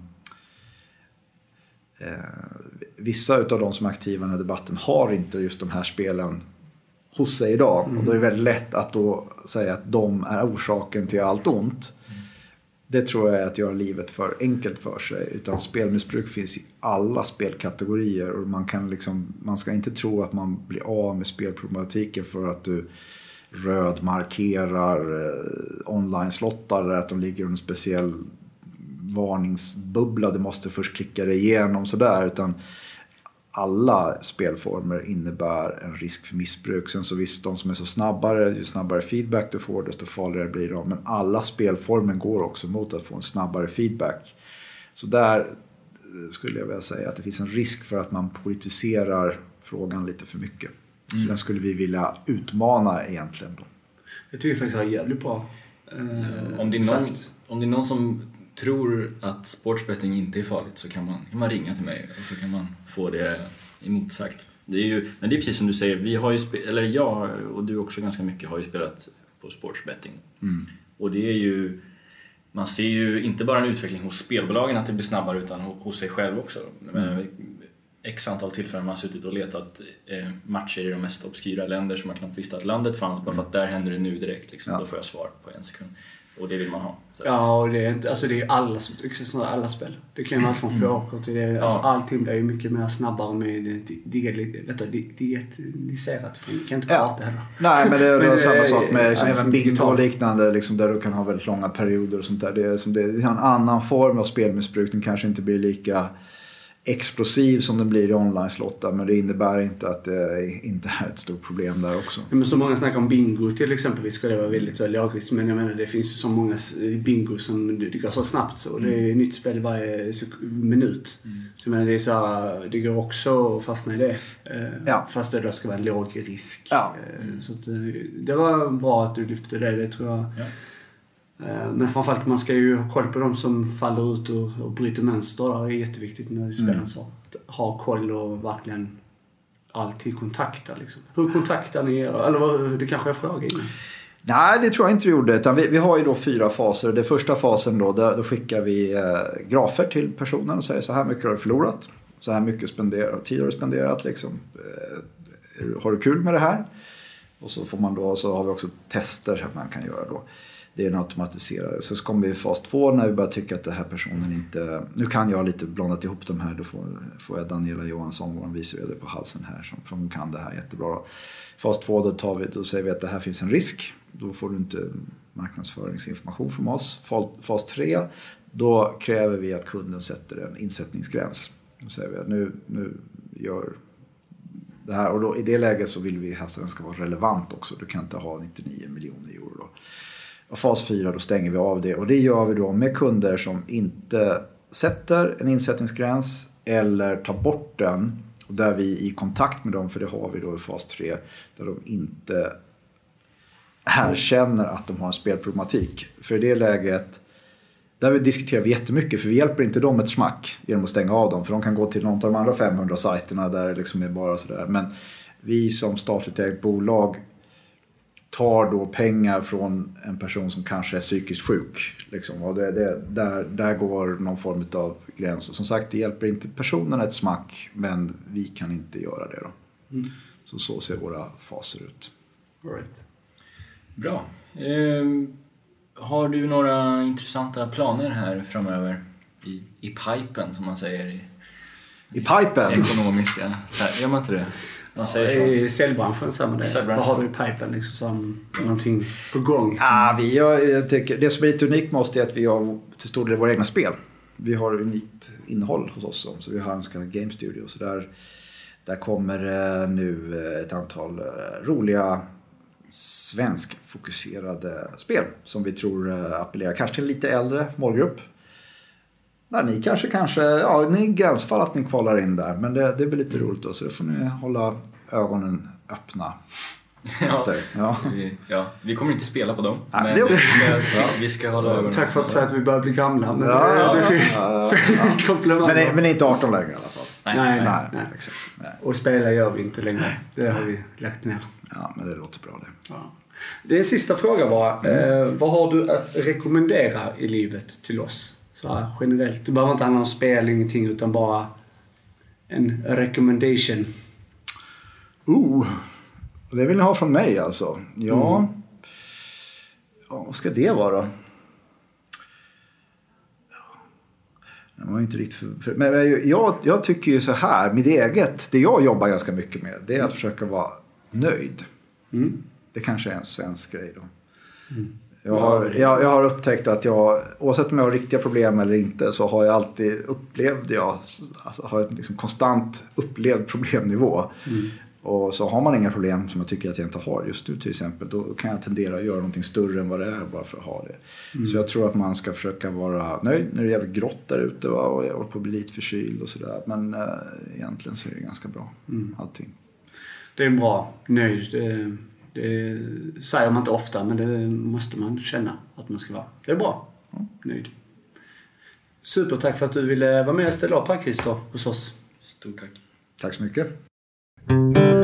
Eh, vissa av de som är aktiva i den här debatten har inte just de här spelen hos sig idag. Mm. Och då är det väldigt lätt att då säga att de är orsaken till allt ont. Det tror jag är att göra livet för enkelt för sig. Utan spelmissbruk finns i alla spelkategorier. Och man, kan liksom, man ska inte tro att man blir av med spelproblematiken för att du rödmarkerar eh, online-slottar. Eller att de ligger i en speciell varningsbubbla. Du måste först klicka dig igenom sådär. Utan alla spelformer innebär en risk för missbruk. Sen så visst, de som är så snabbare, ju snabbare feedback du får, desto farligare blir de. Men alla spelformer går också mot att få en snabbare feedback. Så där skulle jag vilja säga att det finns en risk för att man politiserar frågan lite för mycket. Mm. Så den skulle vi vilja utmana egentligen då. Jag tycker faktiskt att det är jävligt bra. Eh, om, det är någon, om det är någon som tror att sportsbetting inte är farligt, så kan man, kan man ringa till mig och så kan man få det emotsagt. Det är ju, men det är precis som du säger, vi har ju spe, eller jag och du också ganska mycket har ju spelat på sportsbetting. Mm. Och det är ju, man ser ju inte bara en utveckling hos spelbolagen att det blir snabbare, utan hos sig själv också. Mm. X antal tillfällen man har suttit och letat eh, matcher i de mest obskyra länder som man knappt visste att landet fanns, bara för att där händer det nu direkt liksom. Ja. Då får jag svar på en sekund. Och det vill man ha. Så ja, och det är, alltså det är alla, alla spel. Det kan ju vara från poker till det. Alltså ja. Allting blir ju mycket mer snabbare med digitaliserat. För du kan inte prata ja. heller. Nej, men det är, men det är samma sak med liksom, även bingo och liknande. Liksom, där du kan ha väldigt långa perioder och sånt där. Det är, som det är en annan form av spelmissbruk. Den kanske inte blir lika explosiv som den blir i online-slottar, men det innebär inte att det inte är ett stort problem där också. Ja, men så många snackar om bingo till exempel, ska det vara väldigt så lagligt, men jag menar det finns ju så många bingo som det går så snabbt så, och det är nytt spel varje minut. Mm. Så jag menar, det är så här, det går också att fastna i det. Ja. Fast det då ska vara en låg risk. Ja. Mm. Så att, det var bra att du lyfte det, det tror jag. Ja. Men framförallt man ska ju ha koll på dem som faller ut och, och bryter mönster. Det är jätteviktigt när det spelar mm. så. Att ha koll och verkligen alltid kontakta. Liksom. Hur kontaktar ni er? Eller vad, det kanske jag frågar innan. Nej, det tror jag inte vi gjorde. Utan vi, vi har ju då fyra faser. Den första fasen då, där, då skickar vi eh, grafer till personen och säger så här mycket har du förlorat. Så här mycket spenderat, tid har du spenderat. Liksom. Eh, har du kul med det här? Och så får man då, så har vi också tester som man kan göra då. Det är en automatiserad. Så kommer vi i fas två när vi börjar tycka att den här personen inte... Nu kan jag lite blandat ihop de här. Då får, får jag Daniela Johansson, vår vice vd på halsen här, som, som kan det här jättebra. Då. Fas två, då, tar vi, då säger vi att det här finns en risk. Då får du inte marknadsföringsinformation från oss. Fas tre, då kräver vi att kunden sätter en insättningsgräns. Då säger vi att nu, nu gör det här. Och då, i det läget så vill vi att den ska vara relevant också. Du kan inte ha nittionio miljoner euro då. Och fas fyra, då stänger vi av det. Och det gör vi då med kunder som inte sätter en insättningsgräns eller tar bort den. Och där vi i kontakt med dem, för det har vi då i fas tre, där de inte erkänner att de har en spelproblematik. För i det läget, där vi diskuterar vi jättemycket, för vi hjälper inte dem ett smack genom att stänga av dem. För de kan gå till någon av de andra femhundra sajterna där det liksom är bara sådär. Men vi som statligt ägt bolag tar då pengar från en person som kanske är psykiskt sjuk. Liksom. Och det, det, där, där går någon form av gräns. Och som sagt, det hjälper inte personen ett smack, men vi kan inte göra det då. Mm. Så så ser våra faser ut. All right. Bra. Eh, har du några intressanta planer här framöver i, i pipen, som man säger i, i pipen? Ekonomiska. Gör man inte det? Man säger ja, i säljbranschen så med det. Vad har du i pipen liksom, som ja. Någonting på gång? Ah, vi har, jag tycker, det som är lite unikt med oss är att vi har till stor del våra egna spel. Vi har unikt innehåll hos oss. Så vi har en så kallad game studio. Så där, där kommer nu ett antal roliga svenskfokuserade spel som vi tror appellerar kanske till en lite äldre målgrupp. Där ni kanske, kanske, ja, ni är gränsfall att ni kvalar in där. Men det, det blir lite roligt då, så då får ni hålla ögonen öppna. Ja, efter. Ja. Vi, ja, vi kommer inte spela på dem. Ja, men det vi, ska, ja. vi ska hålla ögonen. Tack för att säga att vi börjar bli gamla. Men ja, det, ja, det är ja, ja, ja. men, men inte arton längre i alla fall. Nej, nej, nej, nej, nej. Exakt, nej. Och spela gör vi inte längre. Det har vi lagt ner. Ja, men det låter bra det. Ja. Det är en sista fråga bara. Mm. Eh, vad har du att rekommendera i livet till oss? Så här, generellt. Det behöver inte handla om spel, ingenting, utan bara en recommendation. Oh, det vill ni ha från mig alltså. Ja, mm. ja vad ska det vara? Det var inte riktigt för, för, men jag, jag tycker ju så här, mitt eget, det jag jobbar ganska mycket med, det är att försöka vara nöjd. Mm. Det kanske är en svensk grej då. Mm. Jag har, jag, jag har upptäckt att jag, oavsett om jag har riktiga problem eller inte, så har jag alltid upplevt, jag alltså, har en liksom konstant upplevd problemnivå. Mm. Och så har man inga problem som jag tycker att jag inte har just nu till exempel, då kan jag tendera att göra någonting större än vad det är bara för att ha det. Mm. Så jag tror att man ska försöka vara nöjd när det är jävligt grått där ute, va? Och jag håller på att bli lite förkyld och sådär. Men äh, egentligen så är det ganska bra, mm. allting. Det är bra, nöjd. Det, det säger man inte ofta, men det måste man känna att man ska vara. Det är bra, mm. nöjd. Super, tack för att du ville vara med och ställa upp här, Christer, hos oss. Stort tack. Tack så mycket.